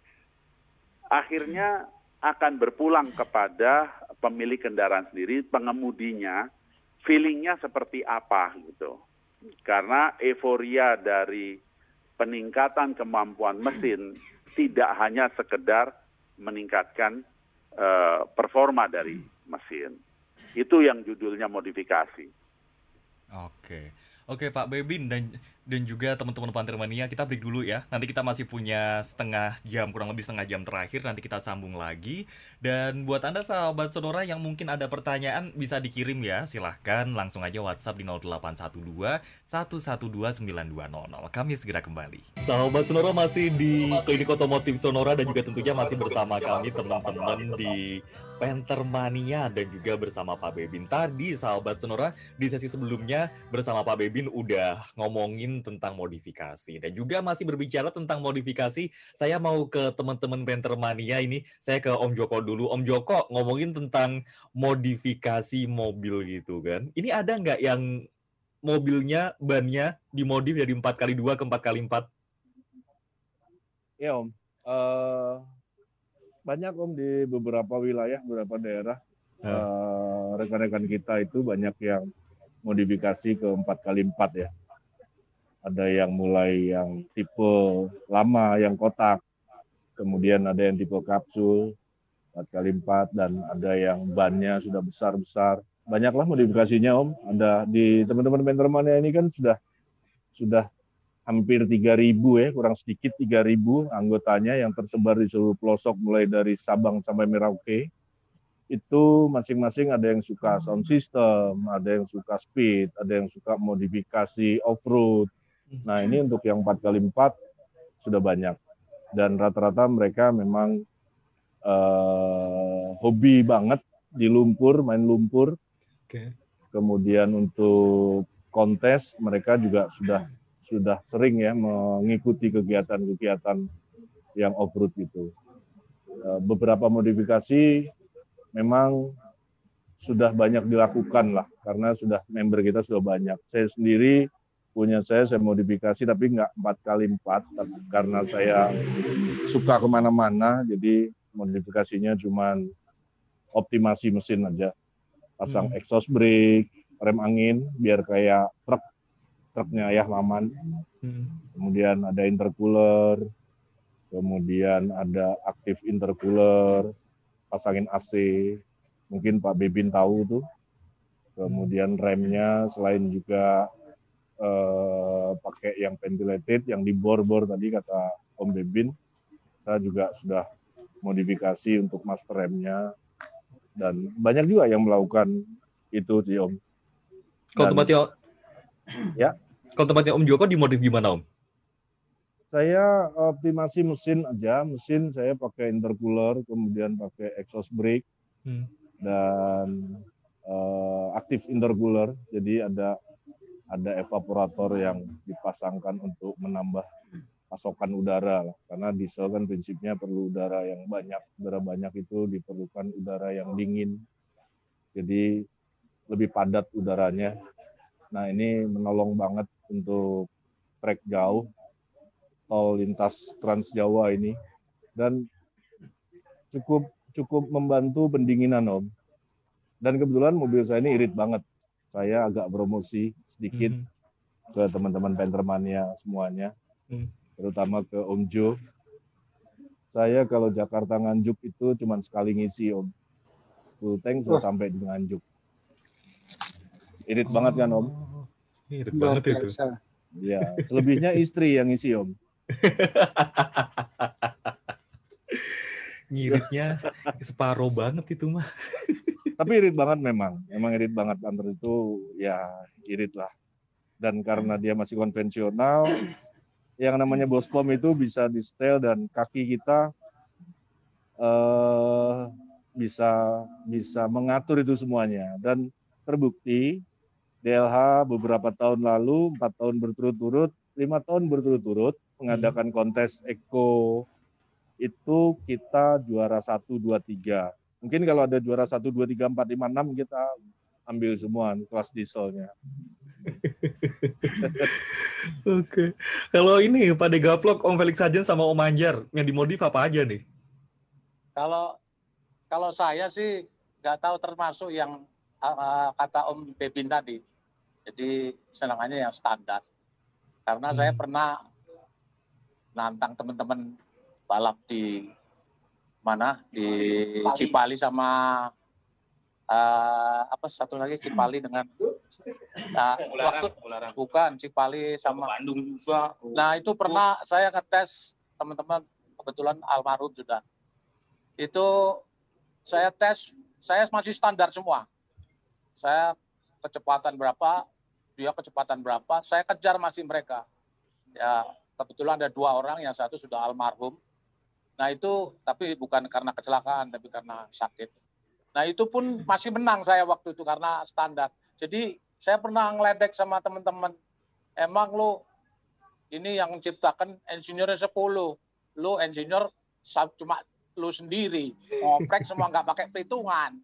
[SPEAKER 2] Akhirnya akan berpulang kepada pemilik kendaraan sendiri, pengemudinya, feelingnya seperti apa gitu. Karena euforia dari peningkatan kemampuan mesin tidak hanya sekedar meningkatkan uh, performa dari mesin. Itu yang judulnya modifikasi.
[SPEAKER 1] Oke, oke Pak Bebin dan dan juga teman-teman Pantermania, kita break dulu ya. Nanti kita masih punya setengah jam, kurang lebih setengah jam terakhir. Nanti kita sambung lagi. Dan buat Anda sahabat Sonora yang mungkin ada pertanyaan bisa dikirim ya. Silahkan langsung aja WhatsApp di nol delapan satu dua satu satu dua sembilan dua nol nol. Kami segera kembali. Sahabat Sonora masih di Klinik Otomotif Sonora dan juga tentunya masih bersama kami teman-teman di Pantermania dan juga bersama Pak Bebin. Tadi sahabat Sonora di sesi sebelumnya bersama Pak Bebin udah ngomongin tentang modifikasi dan juga masih berbicara tentang modifikasi. Saya mau ke teman-teman Pantermania ini, saya ke Om Joko dulu. Om Joko ngomongin tentang modifikasi mobil gitu kan. Ini ada nggak yang mobilnya, bannya dimodif dari empat kali dua ke empat kali empat?
[SPEAKER 3] Ya Om, uh, banyak Om di beberapa wilayah, beberapa daerah. Hmm. Uh, rekan-rekan kita itu banyak yang modifikasi ke empat kali empat ya. Ada yang mulai yang tipe lama, yang kotak. Kemudian ada yang tipe kapsul, empat kali empat, dan ada yang bannya sudah besar-besar. Banyaklah modifikasinya Om. Ada di teman-teman Pantermania ini kan sudah sudah hampir tiga ribu ya, kurang sedikit tiga ribu anggotanya yang tersebar di seluruh pelosok mulai dari Sabang sampai Merauke. Itu masing-masing ada yang suka sound system, ada yang suka speed, ada yang suka modifikasi off-road. Nah ini untuk yang empat kali empat sudah banyak. Dan rata-rata mereka memang uh, hobi banget di lumpur, main lumpur. Okay. Kemudian untuk kontes mereka juga sudah sudah sering ya mengikuti kegiatan-kegiatan yang off-road itu. Uh, beberapa modifikasi memang sudah banyak dilakukan lah, karena sudah member kita sudah banyak. Saya sendiri punya saya, saya modifikasi tapi nggak empat kali empat, karena saya suka kemana-mana, jadi modifikasinya cuma optimasi mesin aja. Pasang hmm. exhaust brake, rem angin, biar kayak truk, truknya Ayah Maman. Hmm. Kemudian ada intercooler, kemudian ada aktif intercooler, pasangin A C, mungkin Pak Bebin tahu tuh. Kemudian remnya selain juga Uh, pakai yang ventilated, yang dibor-bor tadi kata Om Bebin, kita juga sudah modifikasi untuk master remnya, dan banyak juga yang melakukan itu sih Om.
[SPEAKER 1] Kalau tempatnya,
[SPEAKER 3] ya,
[SPEAKER 1] kalau tempatnya Om Joko dimodif gimana Om?
[SPEAKER 3] Saya optimasi mesin aja, mesin saya pakai intercooler, kemudian pakai exhaust brake hmm. dan uh, aktif intercooler, jadi ada ada evaporator yang dipasangkan untuk menambah pasokan udara lah. Karena diesel kan prinsipnya perlu udara yang banyak. Udara banyak itu diperlukan udara yang dingin. Jadi lebih padat udaranya. Nah ini menolong banget untuk trek jauh, tol lintas Trans Jawa ini. Dan cukup cukup membantu pendinginan Om. Dan kebetulan mobil saya ini irit banget. Saya agak promosi sedikit. Mm-hmm. ke teman-teman Pentermania semuanya,
[SPEAKER 1] Hmm.
[SPEAKER 3] terutama ke Om Jo. Saya kalau Jakarta Nganjuk itu cuma sekali ngisi Om. Full tank sudah
[SPEAKER 7] Wah.
[SPEAKER 3] sampai di Nganjuk. Irit banget kan Om?
[SPEAKER 1] Oh, irit
[SPEAKER 7] Luar
[SPEAKER 1] banget itu.
[SPEAKER 7] biasa.
[SPEAKER 3] Ya, selebihnya istri yang ngisi Om.
[SPEAKER 1] Ngiritnya separuh banget itu mah.
[SPEAKER 3] Tapi irit banget memang. Memang irit banget. Antar itu ya irit lah. Dan karena dia masih konvensional, yang namanya Bospom itu bisa di setel dan kaki kita eh, bisa bisa mengatur itu semuanya. Dan terbukti D L H beberapa tahun lalu, empat tahun berturut-turut, lima tahun berturut-turut mengadakan kontes Eko itu kita juara satu, dua, tiga. Mungkin kalau ada juara satu, dua, tiga, empat, lima, enam kita ambil semua kelas dieselnya.
[SPEAKER 1] Oke. Kalau ini Pak Degaplok, Om Felix Sajen sama Om Anjar yang dimodif apa aja nih?
[SPEAKER 4] Kalau kalau saya sih nggak tahu termasuk yang uh, kata Om Bebin tadi. Jadi senangannya yang standar. Karena hmm. saya pernah nantang teman-teman balap di mana di Cipali, Cipali sama uh, apa satu lagi Cipali dengan uh, waktu bukan Cipali sama Bandung juga. Nah itu pernah saya ngetes teman-teman, kebetulan almarhum sudah. Itu saya tes, saya masih standar semua. Saya kecepatan berapa, dia kecepatan berapa, saya kejar masih mereka. Ya kebetulan ada dua orang, yang satu sudah almarhum. Nah itu, tapi bukan karena kecelakaan, tapi karena sakit. Nah itu pun masih menang saya waktu itu karena standar. Jadi saya pernah ngeledek sama teman-teman, emang lo ini yang menciptakan insinyurnya sepuluh, lo insinyur cuma lu sendiri, ngoprek semua nggak pakai perhitungan.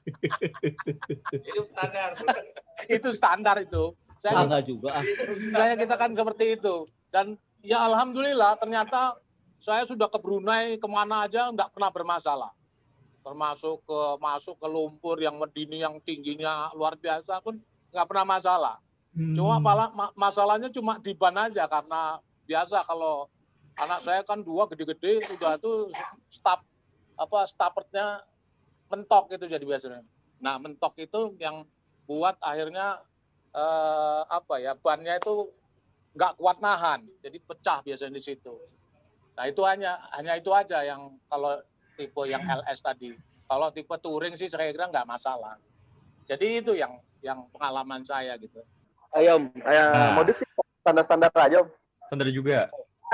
[SPEAKER 4] Itu standar. Itu standar itu. Saya
[SPEAKER 5] enggak juga.
[SPEAKER 4] Saya kita kan seperti itu. Dan ya alhamdulillah ternyata saya sudah ke Brunei kemana aja nggak pernah bermasalah. Termasuk ke masuk ke lumpur yang medini yang tingginya luar biasa pun nggak pernah masalah. Hmm. Cuma malah masalahnya cuma di ban aja karena biasa kalau anak saya kan dua gede-gede udah tuh stop apa starternya mentok itu jadi biasanya. Nah mentok itu yang buat akhirnya eh, apa ya bannya itu nggak kuat nahan, jadi pecah biasanya di situ. Nah itu hanya hanya itu aja yang kalau tipe yang L S tadi. Kalau tipe touring sih saya kira nggak masalah. Jadi itu yang yang pengalaman saya gitu.
[SPEAKER 6] Ayo, ayo nah. Modif sih standar-standar aja Om.
[SPEAKER 1] Standar juga.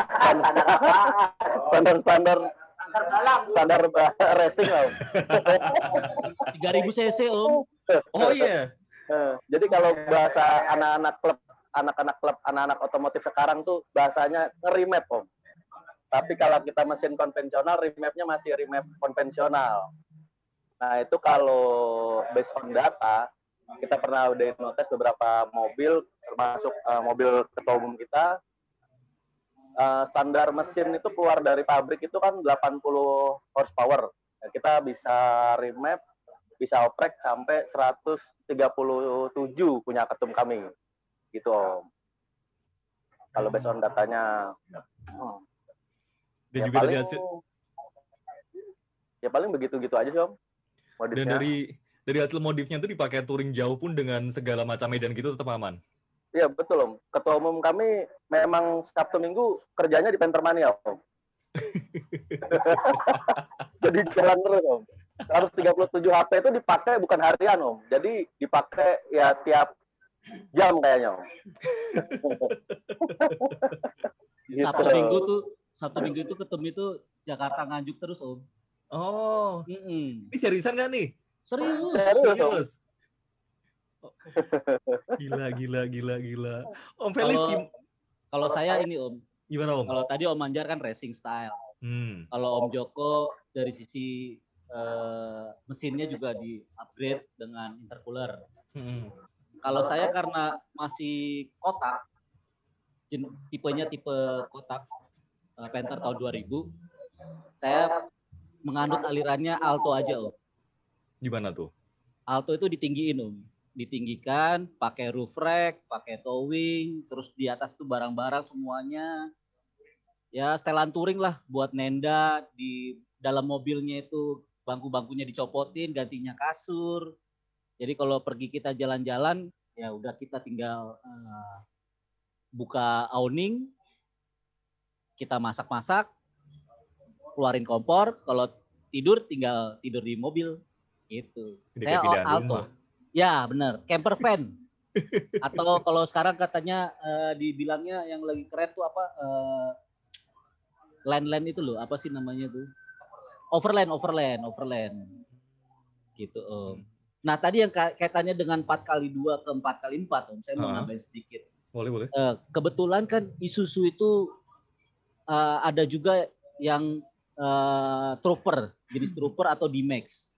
[SPEAKER 6] Standar-standar standar racing lah Om.
[SPEAKER 5] tiga ribu cc Om.
[SPEAKER 1] Oh iya.
[SPEAKER 6] Yeah. Jadi kalau bahasa anak-anak klub, anak-anak klub, anak-anak otomotif sekarang tuh bahasanya nge-remap Om. Tapi kalau kita mesin konvensional, remapnya masih remap konvensional. Nah itu kalau based on data, kita pernah udah notice beberapa mobil, termasuk uh, mobil ketua umum kita, uh, standar mesin itu keluar dari pabrik itu kan delapan puluh horsepower. Nah, kita bisa remap, bisa oprek sampai seratus tiga puluh tujuh punya ketum kami. Gitu Om. Kalau based on datanya. Hmm.
[SPEAKER 1] Dan
[SPEAKER 6] ya
[SPEAKER 1] juga
[SPEAKER 6] paling,
[SPEAKER 1] dari hasil...
[SPEAKER 6] ya paling begitu-gitu aja sih Om. Modifnya.
[SPEAKER 1] Dan dari dari hasil modifnya itu dipakai touring jauh pun dengan segala macam medan gitu tetap aman.
[SPEAKER 6] Iya betul Om. Ketua umum kami memang Sabtu Minggu kerjanya di Pentermania Om. Jadi jalan terus Om. seratus tiga puluh tujuh H P itu dipakai bukan harian Om. Jadi dipakai ya tiap jam kayaknya Om.
[SPEAKER 5] Gitu. Sabtu Minggu tuh Sabtu Minggu itu ketemu itu Jakarta Nganjuk terus Om.
[SPEAKER 1] Oh,
[SPEAKER 5] Mm-mm.
[SPEAKER 1] Ini seriusan nggak nih?
[SPEAKER 5] Serius.
[SPEAKER 6] Serius.
[SPEAKER 1] Serius. Oh. Gila, gila, gila, gila. Om Felix,
[SPEAKER 5] kalau, kalau saya ini Om.
[SPEAKER 1] Gimana Om?
[SPEAKER 5] Kalau tadi Om Anjar kan racing style.
[SPEAKER 1] Hmm.
[SPEAKER 5] Kalau Om Joko dari sisi uh, mesinnya juga di upgrade dengan intercooler. Hmm. Kalau saya karena masih kotak, tipenya tipe kotak uh, Panther tahun dua ribu, saya menganut alirannya alto aja Om.
[SPEAKER 1] Gimana tuh?
[SPEAKER 5] Alto itu ditinggiin Om. ditinggikan, pakai roof rack, pakai towing, terus di atas tuh barang-barang semuanya. Ya setelan touring lah buat nenda, di dalam mobilnya itu bangku-bangkunya dicopotin, gantinya kasur. Jadi kalau pergi kita jalan-jalan, ya udah kita tinggal uh, buka awning, kita masak-masak, keluarin kompor, kalau tidur tinggal tidur di mobil gitu.
[SPEAKER 1] Jadi
[SPEAKER 5] Saya
[SPEAKER 1] kayak pindahan
[SPEAKER 5] Alto.
[SPEAKER 1] rumah.
[SPEAKER 5] Ya benar, camper van. Atau kalau sekarang katanya uh, dibilangnya yang lagi keren tuh apa? Uh, land-land itu loh, apa sih namanya tuh? Overland, overland, overland. Gitu Om. Nah tadi yang ka- kaitannya dengan empat kali dua ke empat kali empat Om, saya mau
[SPEAKER 1] Uh-huh.
[SPEAKER 5] nambahin sedikit.
[SPEAKER 1] Boleh, boleh.
[SPEAKER 5] Uh, kebetulan kan Isuzu itu uh, ada juga yang uh, trooper, jenis trooper atau D-Max.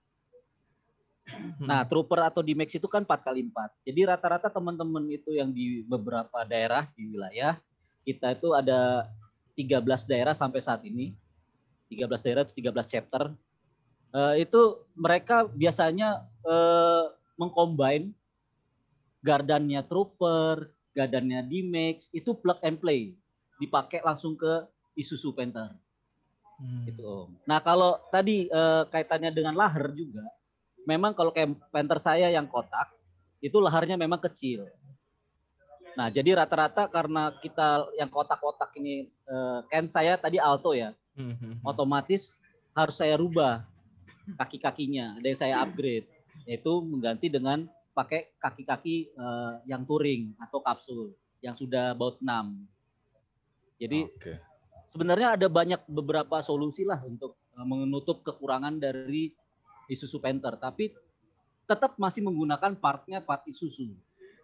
[SPEAKER 5] Nah, trooper atau D-Max itu kan empat kali empat. Jadi rata-rata teman-teman itu yang di beberapa daerah di wilayah, kita itu ada tiga belas daerah sampai saat ini. tiga belas daerah itu tiga belas chapter. Uh, itu mereka biasanya uh, mengcombine gardannya trooper, gardannya D-Max, itu plug and play. Dipakai langsung ke Isuzu Panther. Hmm. Gitu Om. Nah, kalau tadi uh, kaitannya dengan laher juga, memang kalau kayak Panther saya yang kotak, itu laharnya memang kecil. Nah, jadi rata-rata karena kita yang kotak-kotak ini, eh, kan saya tadi Alto ya, mm-hmm. otomatis harus saya rubah kaki-kakinya, ada yang saya upgrade, yaitu mengganti dengan pakai kaki-kaki eh, yang touring atau kapsul, yang sudah baut enam. Jadi okay. sebenarnya ada banyak beberapa solusi lah untuk eh, menutup kekurangan dari Isuzu Panther, tapi tetap masih menggunakan partnya part Isuzu.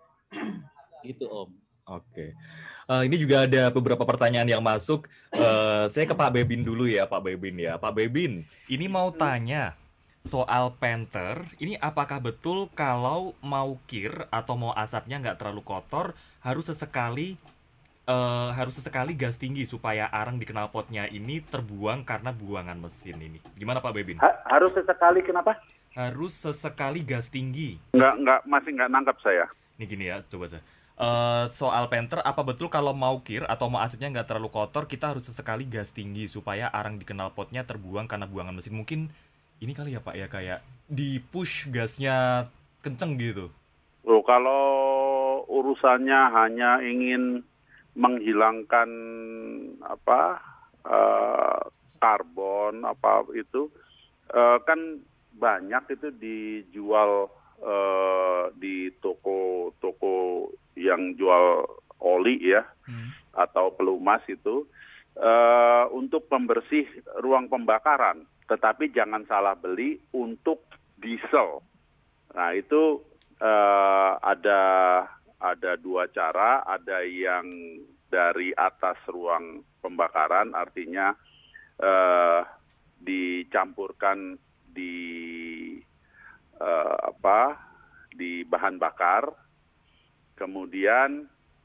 [SPEAKER 5] Gitu Om.
[SPEAKER 1] Oke. Uh, ini juga ada beberapa pertanyaan yang masuk. Uh, saya ke Pak Bebin dulu ya, Pak Bebin ya. Pak Bebin, ini mau tanya soal Panther. Ini apakah betul kalau mau kir atau mau asapnya nggak terlalu kotor, harus sesekali uh, harus sesekali gas tinggi supaya arang di knalpotnya ini terbuang karena buangan mesin ini. Gimana Pak Bebin?
[SPEAKER 2] Ha- harus sesekali kenapa?
[SPEAKER 1] Harus sesekali gas tinggi.
[SPEAKER 2] Nggak, nggak, masih nggak nangkap saya.
[SPEAKER 1] Ini gini ya, coba saya. Uh, soal Panther, apa betul kalau mau kir atau mau asapnya nggak terlalu kotor, kita harus sesekali gas tinggi supaya arang di knalpotnya terbuang karena buangan mesin? Mungkin ini kali ya Pak ya, kayak di push gasnya kenceng gitu.
[SPEAKER 2] Oh, kalau urusannya hanya ingin menghilangkan apa uh, karbon apa itu uh, kan banyak itu dijual uh, di toko-toko yang jual oli ya hmm. atau pelumas itu uh, untuk pembersih ruang pembakaran, tetapi jangan salah beli untuk diesel. Nah itu uh, ada ada dua cara, ada yang dari atas ruang pembakaran, artinya uh, dicampurkan di uh, apa di bahan bakar. Kemudian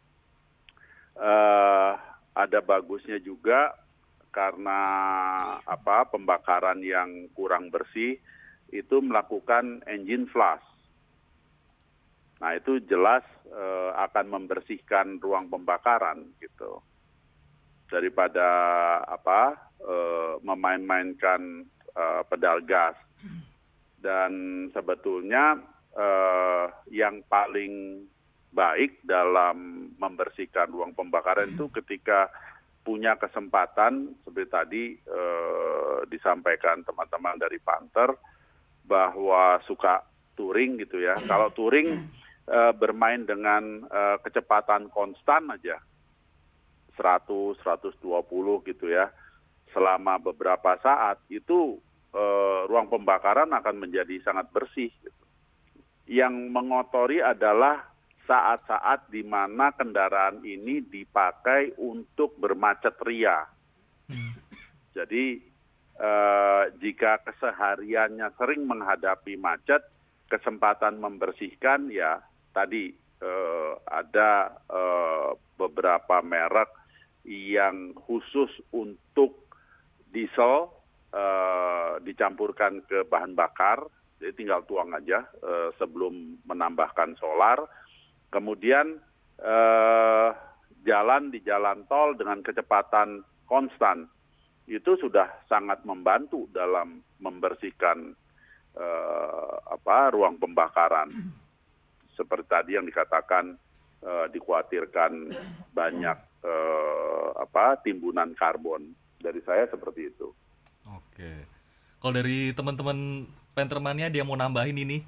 [SPEAKER 2] uh, ada bagusnya juga karena apa pembakaran yang kurang bersih itu melakukan engine flush. Nah itu jelas uh, akan membersihkan ruang pembakaran gitu daripada apa uh, memain-mainkan uh, pedal gas. Dan sebetulnya uh, yang paling baik dalam membersihkan ruang pembakaran itu ketika punya kesempatan seperti tadi eh, disampaikan teman-teman dari Panther bahwa suka touring gitu ya. Kalau touring eh, bermain dengan eh, kecepatan konstan aja seratus, seratus dua puluh gitu ya. Selama beberapa saat itu eh, ruang pembakaran akan menjadi sangat bersih gitu. Yang mengotori adalah saat-saat di mana kendaraan ini dipakai untuk bermacet ria. Hmm. Jadi eh, jika kesehariannya sering menghadapi macet, kesempatan membersihkan ya tadi eh, ada eh, beberapa merek yang khusus untuk diesel eh, dicampurkan ke bahan bakar jadi tinggal tuang aja uh, sebelum menambahkan solar. Kemudian uh, jalan di jalan tol dengan kecepatan konstan itu sudah sangat membantu dalam membersihkan uh, apa ruang pembakaran. Seperti tadi yang dikatakan uh, dikhawatirkan banyak uh, apa timbunan karbon. Dari saya seperti itu.
[SPEAKER 1] Oke. Kalau dari teman-teman Pentermania dia mau nambahin ini?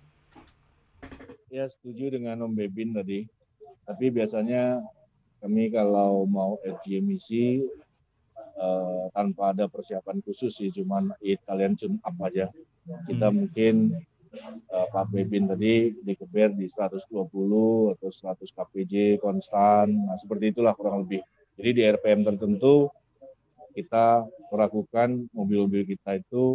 [SPEAKER 3] Ya, setuju dengan Om Bebin tadi. Tapi biasanya kami kalau mau uji emisi eh, tanpa ada persiapan khusus sih, cuman Italian tune up aja. Kita hmm. mungkin eh, Pak Bebin tadi dikeber di seratus dua puluh atau seratus K P J konstan. Nah, seperti itulah kurang lebih. Jadi di R P M tertentu kita melakukan mobil-mobil kita itu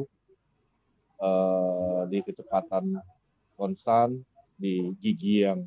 [SPEAKER 3] uh, di kecepatan konstan, di gigi yang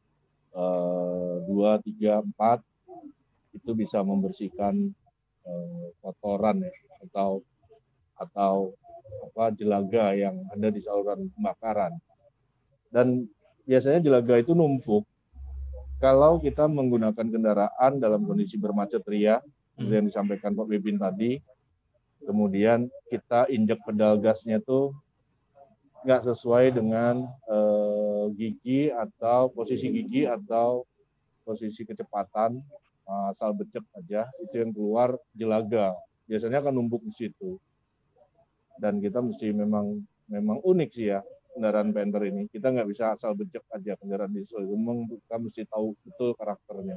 [SPEAKER 3] uh, dua, tiga, empat, itu bisa membersihkan uh, kotoran ya, atau atau apa jelaga yang ada di saluran pembakaran. Dan biasanya jelaga itu numpuk kalau kita menggunakan kendaraan dalam kondisi bermacet ria, seperti yang disampaikan Pak Bebin tadi, kemudian kita injek pedal gasnya tuh nggak sesuai dengan eh, gigi atau posisi gigi atau posisi kecepatan, asal becek aja, itu yang keluar jelaga. Biasanya akan numpuk di situ. Dan kita mesti memang memang unik sih ya kendaraan Panther ini. Kita nggak bisa asal becek aja kendaraan diesel. Memang kita mesti tahu betul karakternya.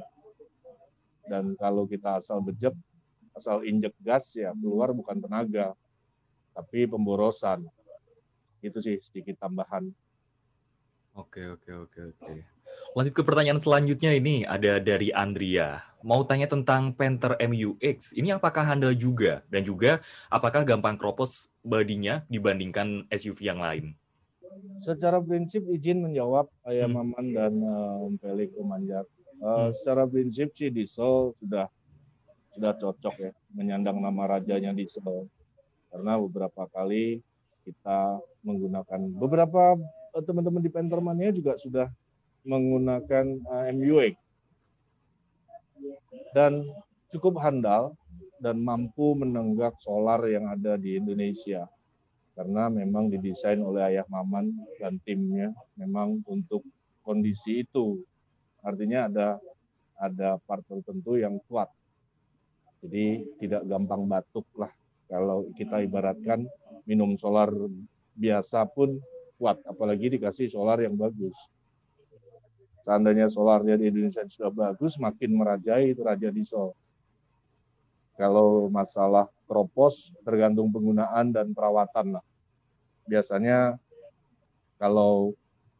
[SPEAKER 3] Dan kalau kita asal bejek, asal injek gas, ya keluar bukan tenaga, tapi pemborosan. Itu sih sedikit tambahan.
[SPEAKER 1] Oke, oke, oke, oke. Lanjut ke pertanyaan selanjutnya ini, ada dari Andrea. Mau tanya tentang Panther M U X, ini apakah handal juga? Dan juga, apakah gampang kropos bodinya dibandingkan S U V yang lain?
[SPEAKER 3] Secara prinsip izin menjawab Ayah hmm. Maman dan uh, Om Pelik Umanjak. Uh, hmm. Secara prinsip sih diesel sudah sudah cocok ya menyandang nama rajanya diesel, karena beberapa kali kita menggunakan beberapa uh, teman-teman di Pentermania juga sudah menggunakan uh, M U X dan cukup handal dan mampu menenggak solar yang ada di Indonesia, karena memang didesain oleh Ayah Maman dan timnya memang untuk kondisi itu. Artinya ada ada part tertentu yang kuat. Jadi tidak gampang batuk lah. Kalau kita ibaratkan minum solar biasa pun kuat, apalagi dikasih solar yang bagus. Seandainya solarnya di Indonesia sudah bagus, makin merajai itu raja diesel. Kalau masalah kropos tergantung penggunaan dan perawatan lah. Biasanya kalau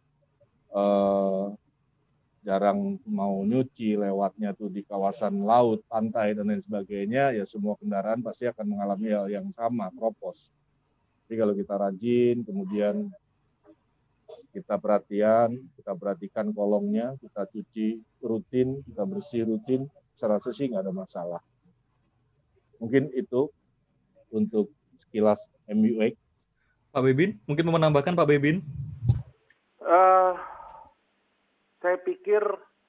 [SPEAKER 3] eh, jarang mau nyuci, lewatnya tuh di kawasan laut, pantai, dan lain sebagainya, ya semua kendaraan pasti akan mengalami hal yang sama, kropos. Tapi kalau kita rajin, kemudian kita perhatian, kita perhatikan kolongnya, kita cuci rutin, kita bersih rutin, saya rasa sih nggak ada masalah. Mungkin itu untuk sekilas M U X.
[SPEAKER 1] Pak Bebin, mungkin mau menambahkan Pak Bebin?
[SPEAKER 2] Uh... Saya pikir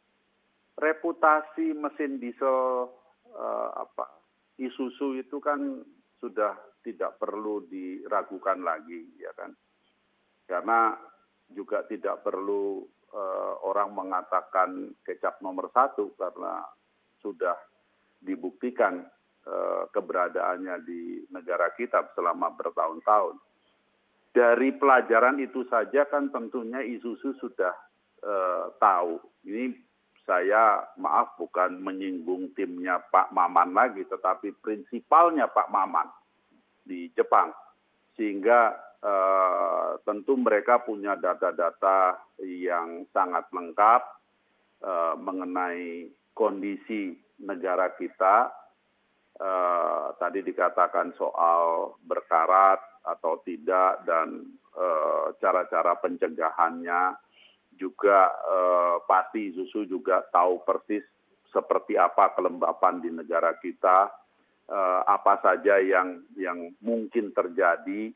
[SPEAKER 2] reputasi mesin diesel uh, apa Isuzu itu kan sudah tidak perlu diragukan lagi, ya kan? Karena juga tidak perlu uh, orang mengatakan kecap nomor satu karena sudah dibuktikan uh, keberadaannya di negara kita selama bertahun-tahun. Dari pelajaran itu saja kan tentunya Isuzu sudah Uh, tahu. Ini saya maaf bukan menyinggung timnya Pak Maman lagi, tetapi prinsipalnya Pak Maman di Jepang, sehingga uh, tentu mereka punya data-data yang sangat lengkap uh, mengenai kondisi negara kita. Uh, tadi dikatakan soal berkarat atau tidak dan uh, cara-cara pencegahannya. Juga eh, pasti Isuzu juga tahu persis seperti apa kelembapan di negara kita, eh, apa saja yang yang mungkin terjadi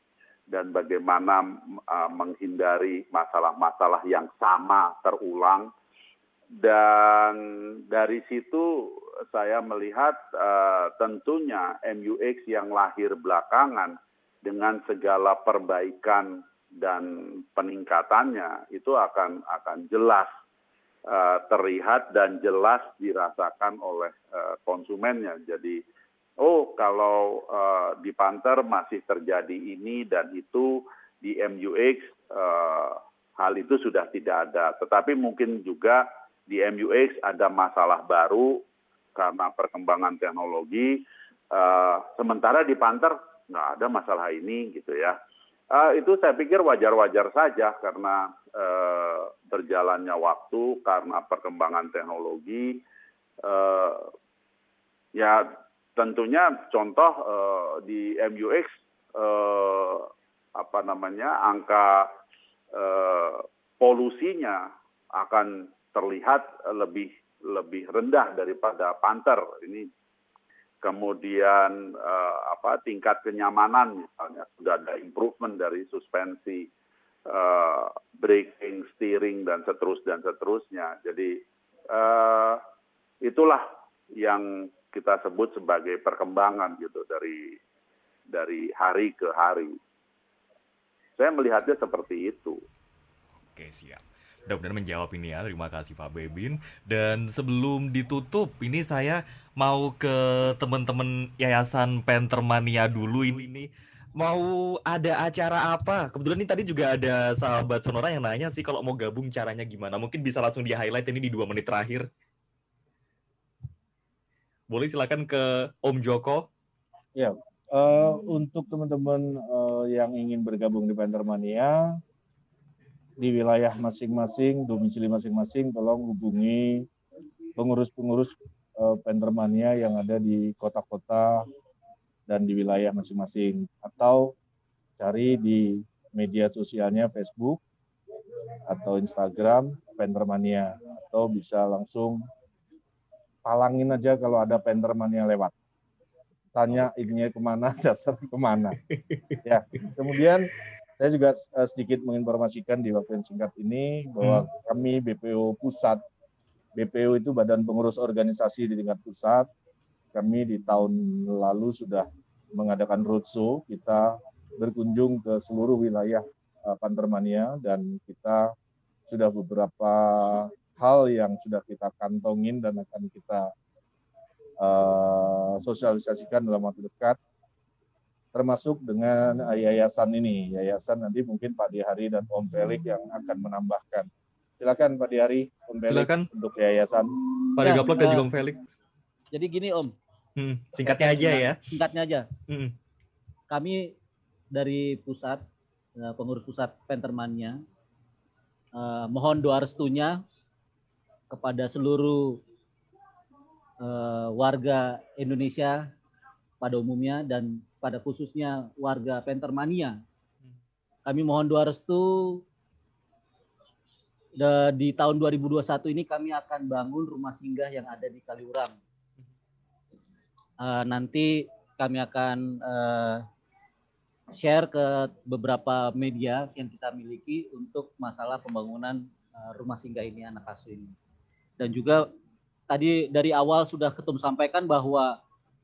[SPEAKER 2] dan bagaimana uh, menghindari masalah-masalah yang sama terulang. Dan dari situ saya melihat uh, tentunya M U X yang lahir belakangan dengan segala perbaikan dan peningkatannya itu akan akan jelas uh, terlihat dan jelas dirasakan oleh uh, konsumennya. Jadi, oh kalau uh, di Panther masih terjadi ini dan itu, di M U X uh, hal itu sudah tidak ada. Tetapi mungkin juga di M U X ada masalah baru karena perkembangan teknologi, uh, sementara di Panther nggak ada masalah ini gitu ya. Uh, itu saya pikir wajar-wajar saja karena uh, berjalannya waktu, karena perkembangan teknologi. Uh, ya tentunya contoh uh, di M U X uh, apa namanya angka uh, polusinya akan terlihat lebih lebih rendah daripada Panther ini. Kemudian uh, apa tingkat kenyamanan misalnya sudah ada improvement dari suspensi, uh, braking, steering dan seterusnya dan seterusnya. Jadi uh, itulah yang kita sebut sebagai perkembangan gitu dari dari hari ke hari. Saya melihatnya seperti itu.
[SPEAKER 1] Oke, siap. Mudah-mudahan menjawab ini ya. Terima kasih Pak Bebin. Dan sebelum ditutup, ini saya mau ke teman-teman Yayasan Panther Mania dulu. Ini, ini mau ada acara apa? Kebetulan ini tadi juga ada sahabat Sonora yang nanya sih kalau mau gabung caranya gimana. Mungkin bisa langsung di-highlight ini di dua menit terakhir. Boleh silakan ke Om Joko.
[SPEAKER 3] Ya, uh, untuk teman-teman uh, yang ingin bergabung di Panther Mania, di wilayah masing-masing, domisili masing-masing, tolong hubungi pengurus-pengurus uh, Panther Mania yang ada di kota-kota dan di wilayah masing-masing. Atau cari di media sosialnya Facebook atau Instagram Panther Mania. Atau bisa langsung palangin aja kalau ada Panther Mania lewat. Tanya ininya kemana, dasar kemana. Ya, kemudian saya juga uh, sedikit menginformasikan di waktu yang singkat ini bahwa hmm. kami B P O Pusat, B P O itu Badan Pengurus Organisasi di tingkat pusat, kami di tahun lalu sudah mengadakan roadshow, kita berkunjung ke seluruh wilayah uh, Panther Mania dan kita sudah beberapa hal yang sudah kita kantongin dan akan kita uh, sosialisasikan dalam waktu dekat. Termasuk dengan yayasan ini. Yayasan nanti mungkin Pak Dihari dan Om Felix yang akan menambahkan. Silakan Pak Dihari, Om Felix
[SPEAKER 1] Silakan.
[SPEAKER 3] Untuk yayasan.
[SPEAKER 1] Pak ya, Gaplok dan juga Om Felix.
[SPEAKER 5] Jadi gini Om.
[SPEAKER 1] Hmm, singkatnya aja ya.
[SPEAKER 5] Singkatnya aja.
[SPEAKER 1] Hmm.
[SPEAKER 5] Kami dari pusat, pengurus pusat Panther Mania, uh, mohon doa restunya kepada seluruh uh, warga Indonesia pada umumnya dan pada khususnya warga Panther Mania. Kami mohon doa restu di tahun dua ribu dua puluh satu ini kami akan bangun rumah singgah yang ada di Kaliurang. Uh, nanti kami akan uh, share ke beberapa media yang kita miliki untuk masalah pembangunan uh, rumah singgah ini, anak asuh ini. Dan juga tadi dari awal sudah Ketum sampaikan bahwa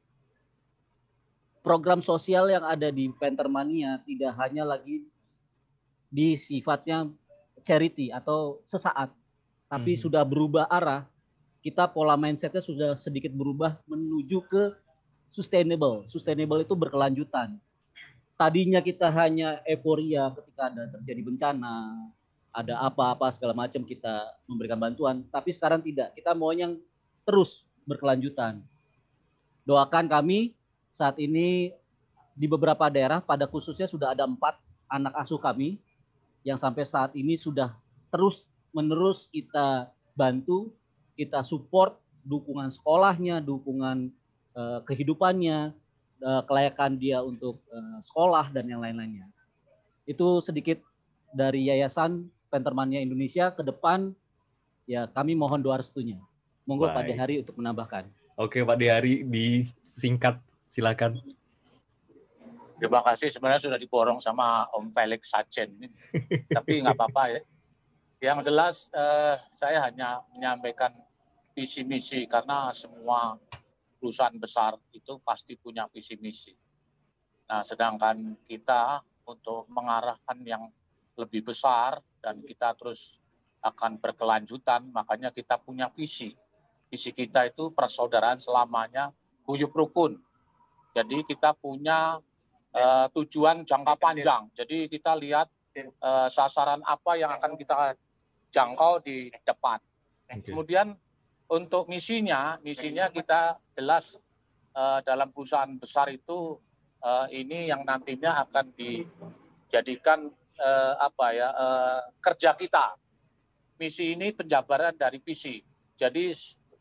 [SPEAKER 5] program sosial yang ada di Panther Mania tidak hanya lagi di sifatnya charity atau sesaat, tapi hmm. sudah berubah arah. Kita pola mindsetnya sudah sedikit berubah menuju ke sustainable. Sustainable itu berkelanjutan. Tadinya kita hanya euforia ketika ada terjadi bencana, ada apa-apa segala macam kita memberikan bantuan, tapi sekarang tidak. Kita mau yang terus berkelanjutan. Doakan kami. Saat ini di beberapa daerah, pada khususnya sudah ada empat anak asuh kami yang sampai saat ini sudah terus menerus kita bantu, kita support dukungan sekolahnya, dukungan uh, kehidupannya, uh, kelayakan dia untuk uh, sekolah dan yang lain-lainnya. Itu sedikit dari Yayasan Panther Mania Indonesia. Ke depan ya kami mohon doa restunya. Monggo Pak Dihari untuk menambahkan.
[SPEAKER 1] Oke Pak Dihari, disingkat. Silakan.
[SPEAKER 4] Terima kasih, sebenarnya sudah diborong sama Om Felix Sajen, tapi nggak apa-apa ya. Yang jelas eh, saya hanya menyampaikan visi misi karena semua perusahaan besar itu pasti punya visi misi. Nah, sedangkan kita untuk mengarahkan yang lebih besar dan kita terus akan berkelanjutan, makanya kita punya visi. Visi kita itu persaudaraan selamanya, guyup rukun. Jadi kita punya uh, tujuan jangka panjang. Jadi kita lihat uh, sasaran apa yang akan kita jangkau di depan. Kemudian untuk misinya, misinya kita jelas uh, dalam perusahaan besar itu uh, ini yang nantinya akan dijadikan uh, apa ya uh, kerja kita. Misi ini penjabaran dari visi. Jadi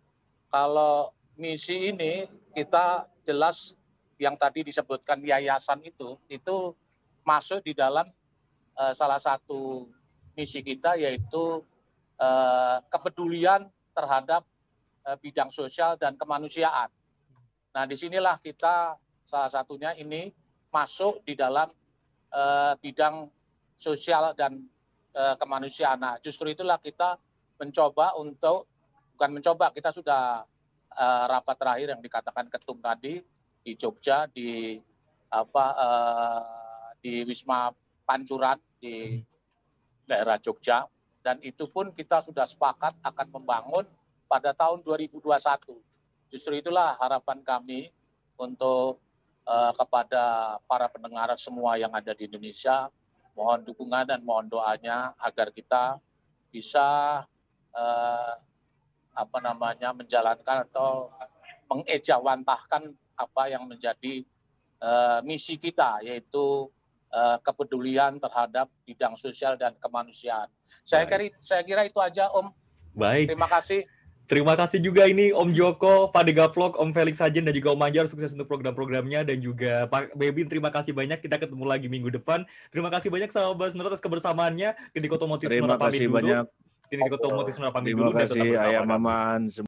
[SPEAKER 4] kalau misi ini kita jelas yang tadi disebutkan yayasan itu, itu masuk di dalam uh, salah satu misi kita yaitu uh, kepedulian terhadap uh, bidang sosial dan kemanusiaan. Nah disinilah kita salah satunya ini masuk di dalam uh, bidang sosial dan kemanusiaan. Nah, justru itulah kita mencoba untuk, bukan mencoba, kita sudah uh, rapat terakhir yang dikatakan ketum tadi di Jogja, di apa uh, di Wisma Pancuran di daerah Jogja, dan itu pun kita sudah sepakat akan membangun pada tahun dua ribu dua puluh satu. Justru itulah harapan kami untuk uh, kepada para pendengar semua yang ada di Indonesia. Mohon dukungan dan mohon doanya agar kita bisa eh, apa namanya menjalankan atau mengejawantahkan apa yang menjadi eh, misi kita, yaitu eh, kepedulian terhadap bidang sosial dan kemanusiaan. Saya kira, saya kira itu aja, Om.
[SPEAKER 1] Baik.
[SPEAKER 4] Terima kasih.
[SPEAKER 1] Terima kasih juga ini Om Joko, Pak Degaplok, Om Felix Sajen, dan juga Om Anjar, sukses untuk program-programnya, dan juga Pak Bebin, terima kasih banyak, kita ketemu lagi minggu depan. Terima kasih banyak sahabat Sonora atas kebersamaannya. Klinik Otomotif Sonora pamit dulu.
[SPEAKER 3] Banyak.
[SPEAKER 1] Klinik Otomotif Sonora pamit
[SPEAKER 3] Terima
[SPEAKER 1] dulu.
[SPEAKER 3] kasih Ayah Maman.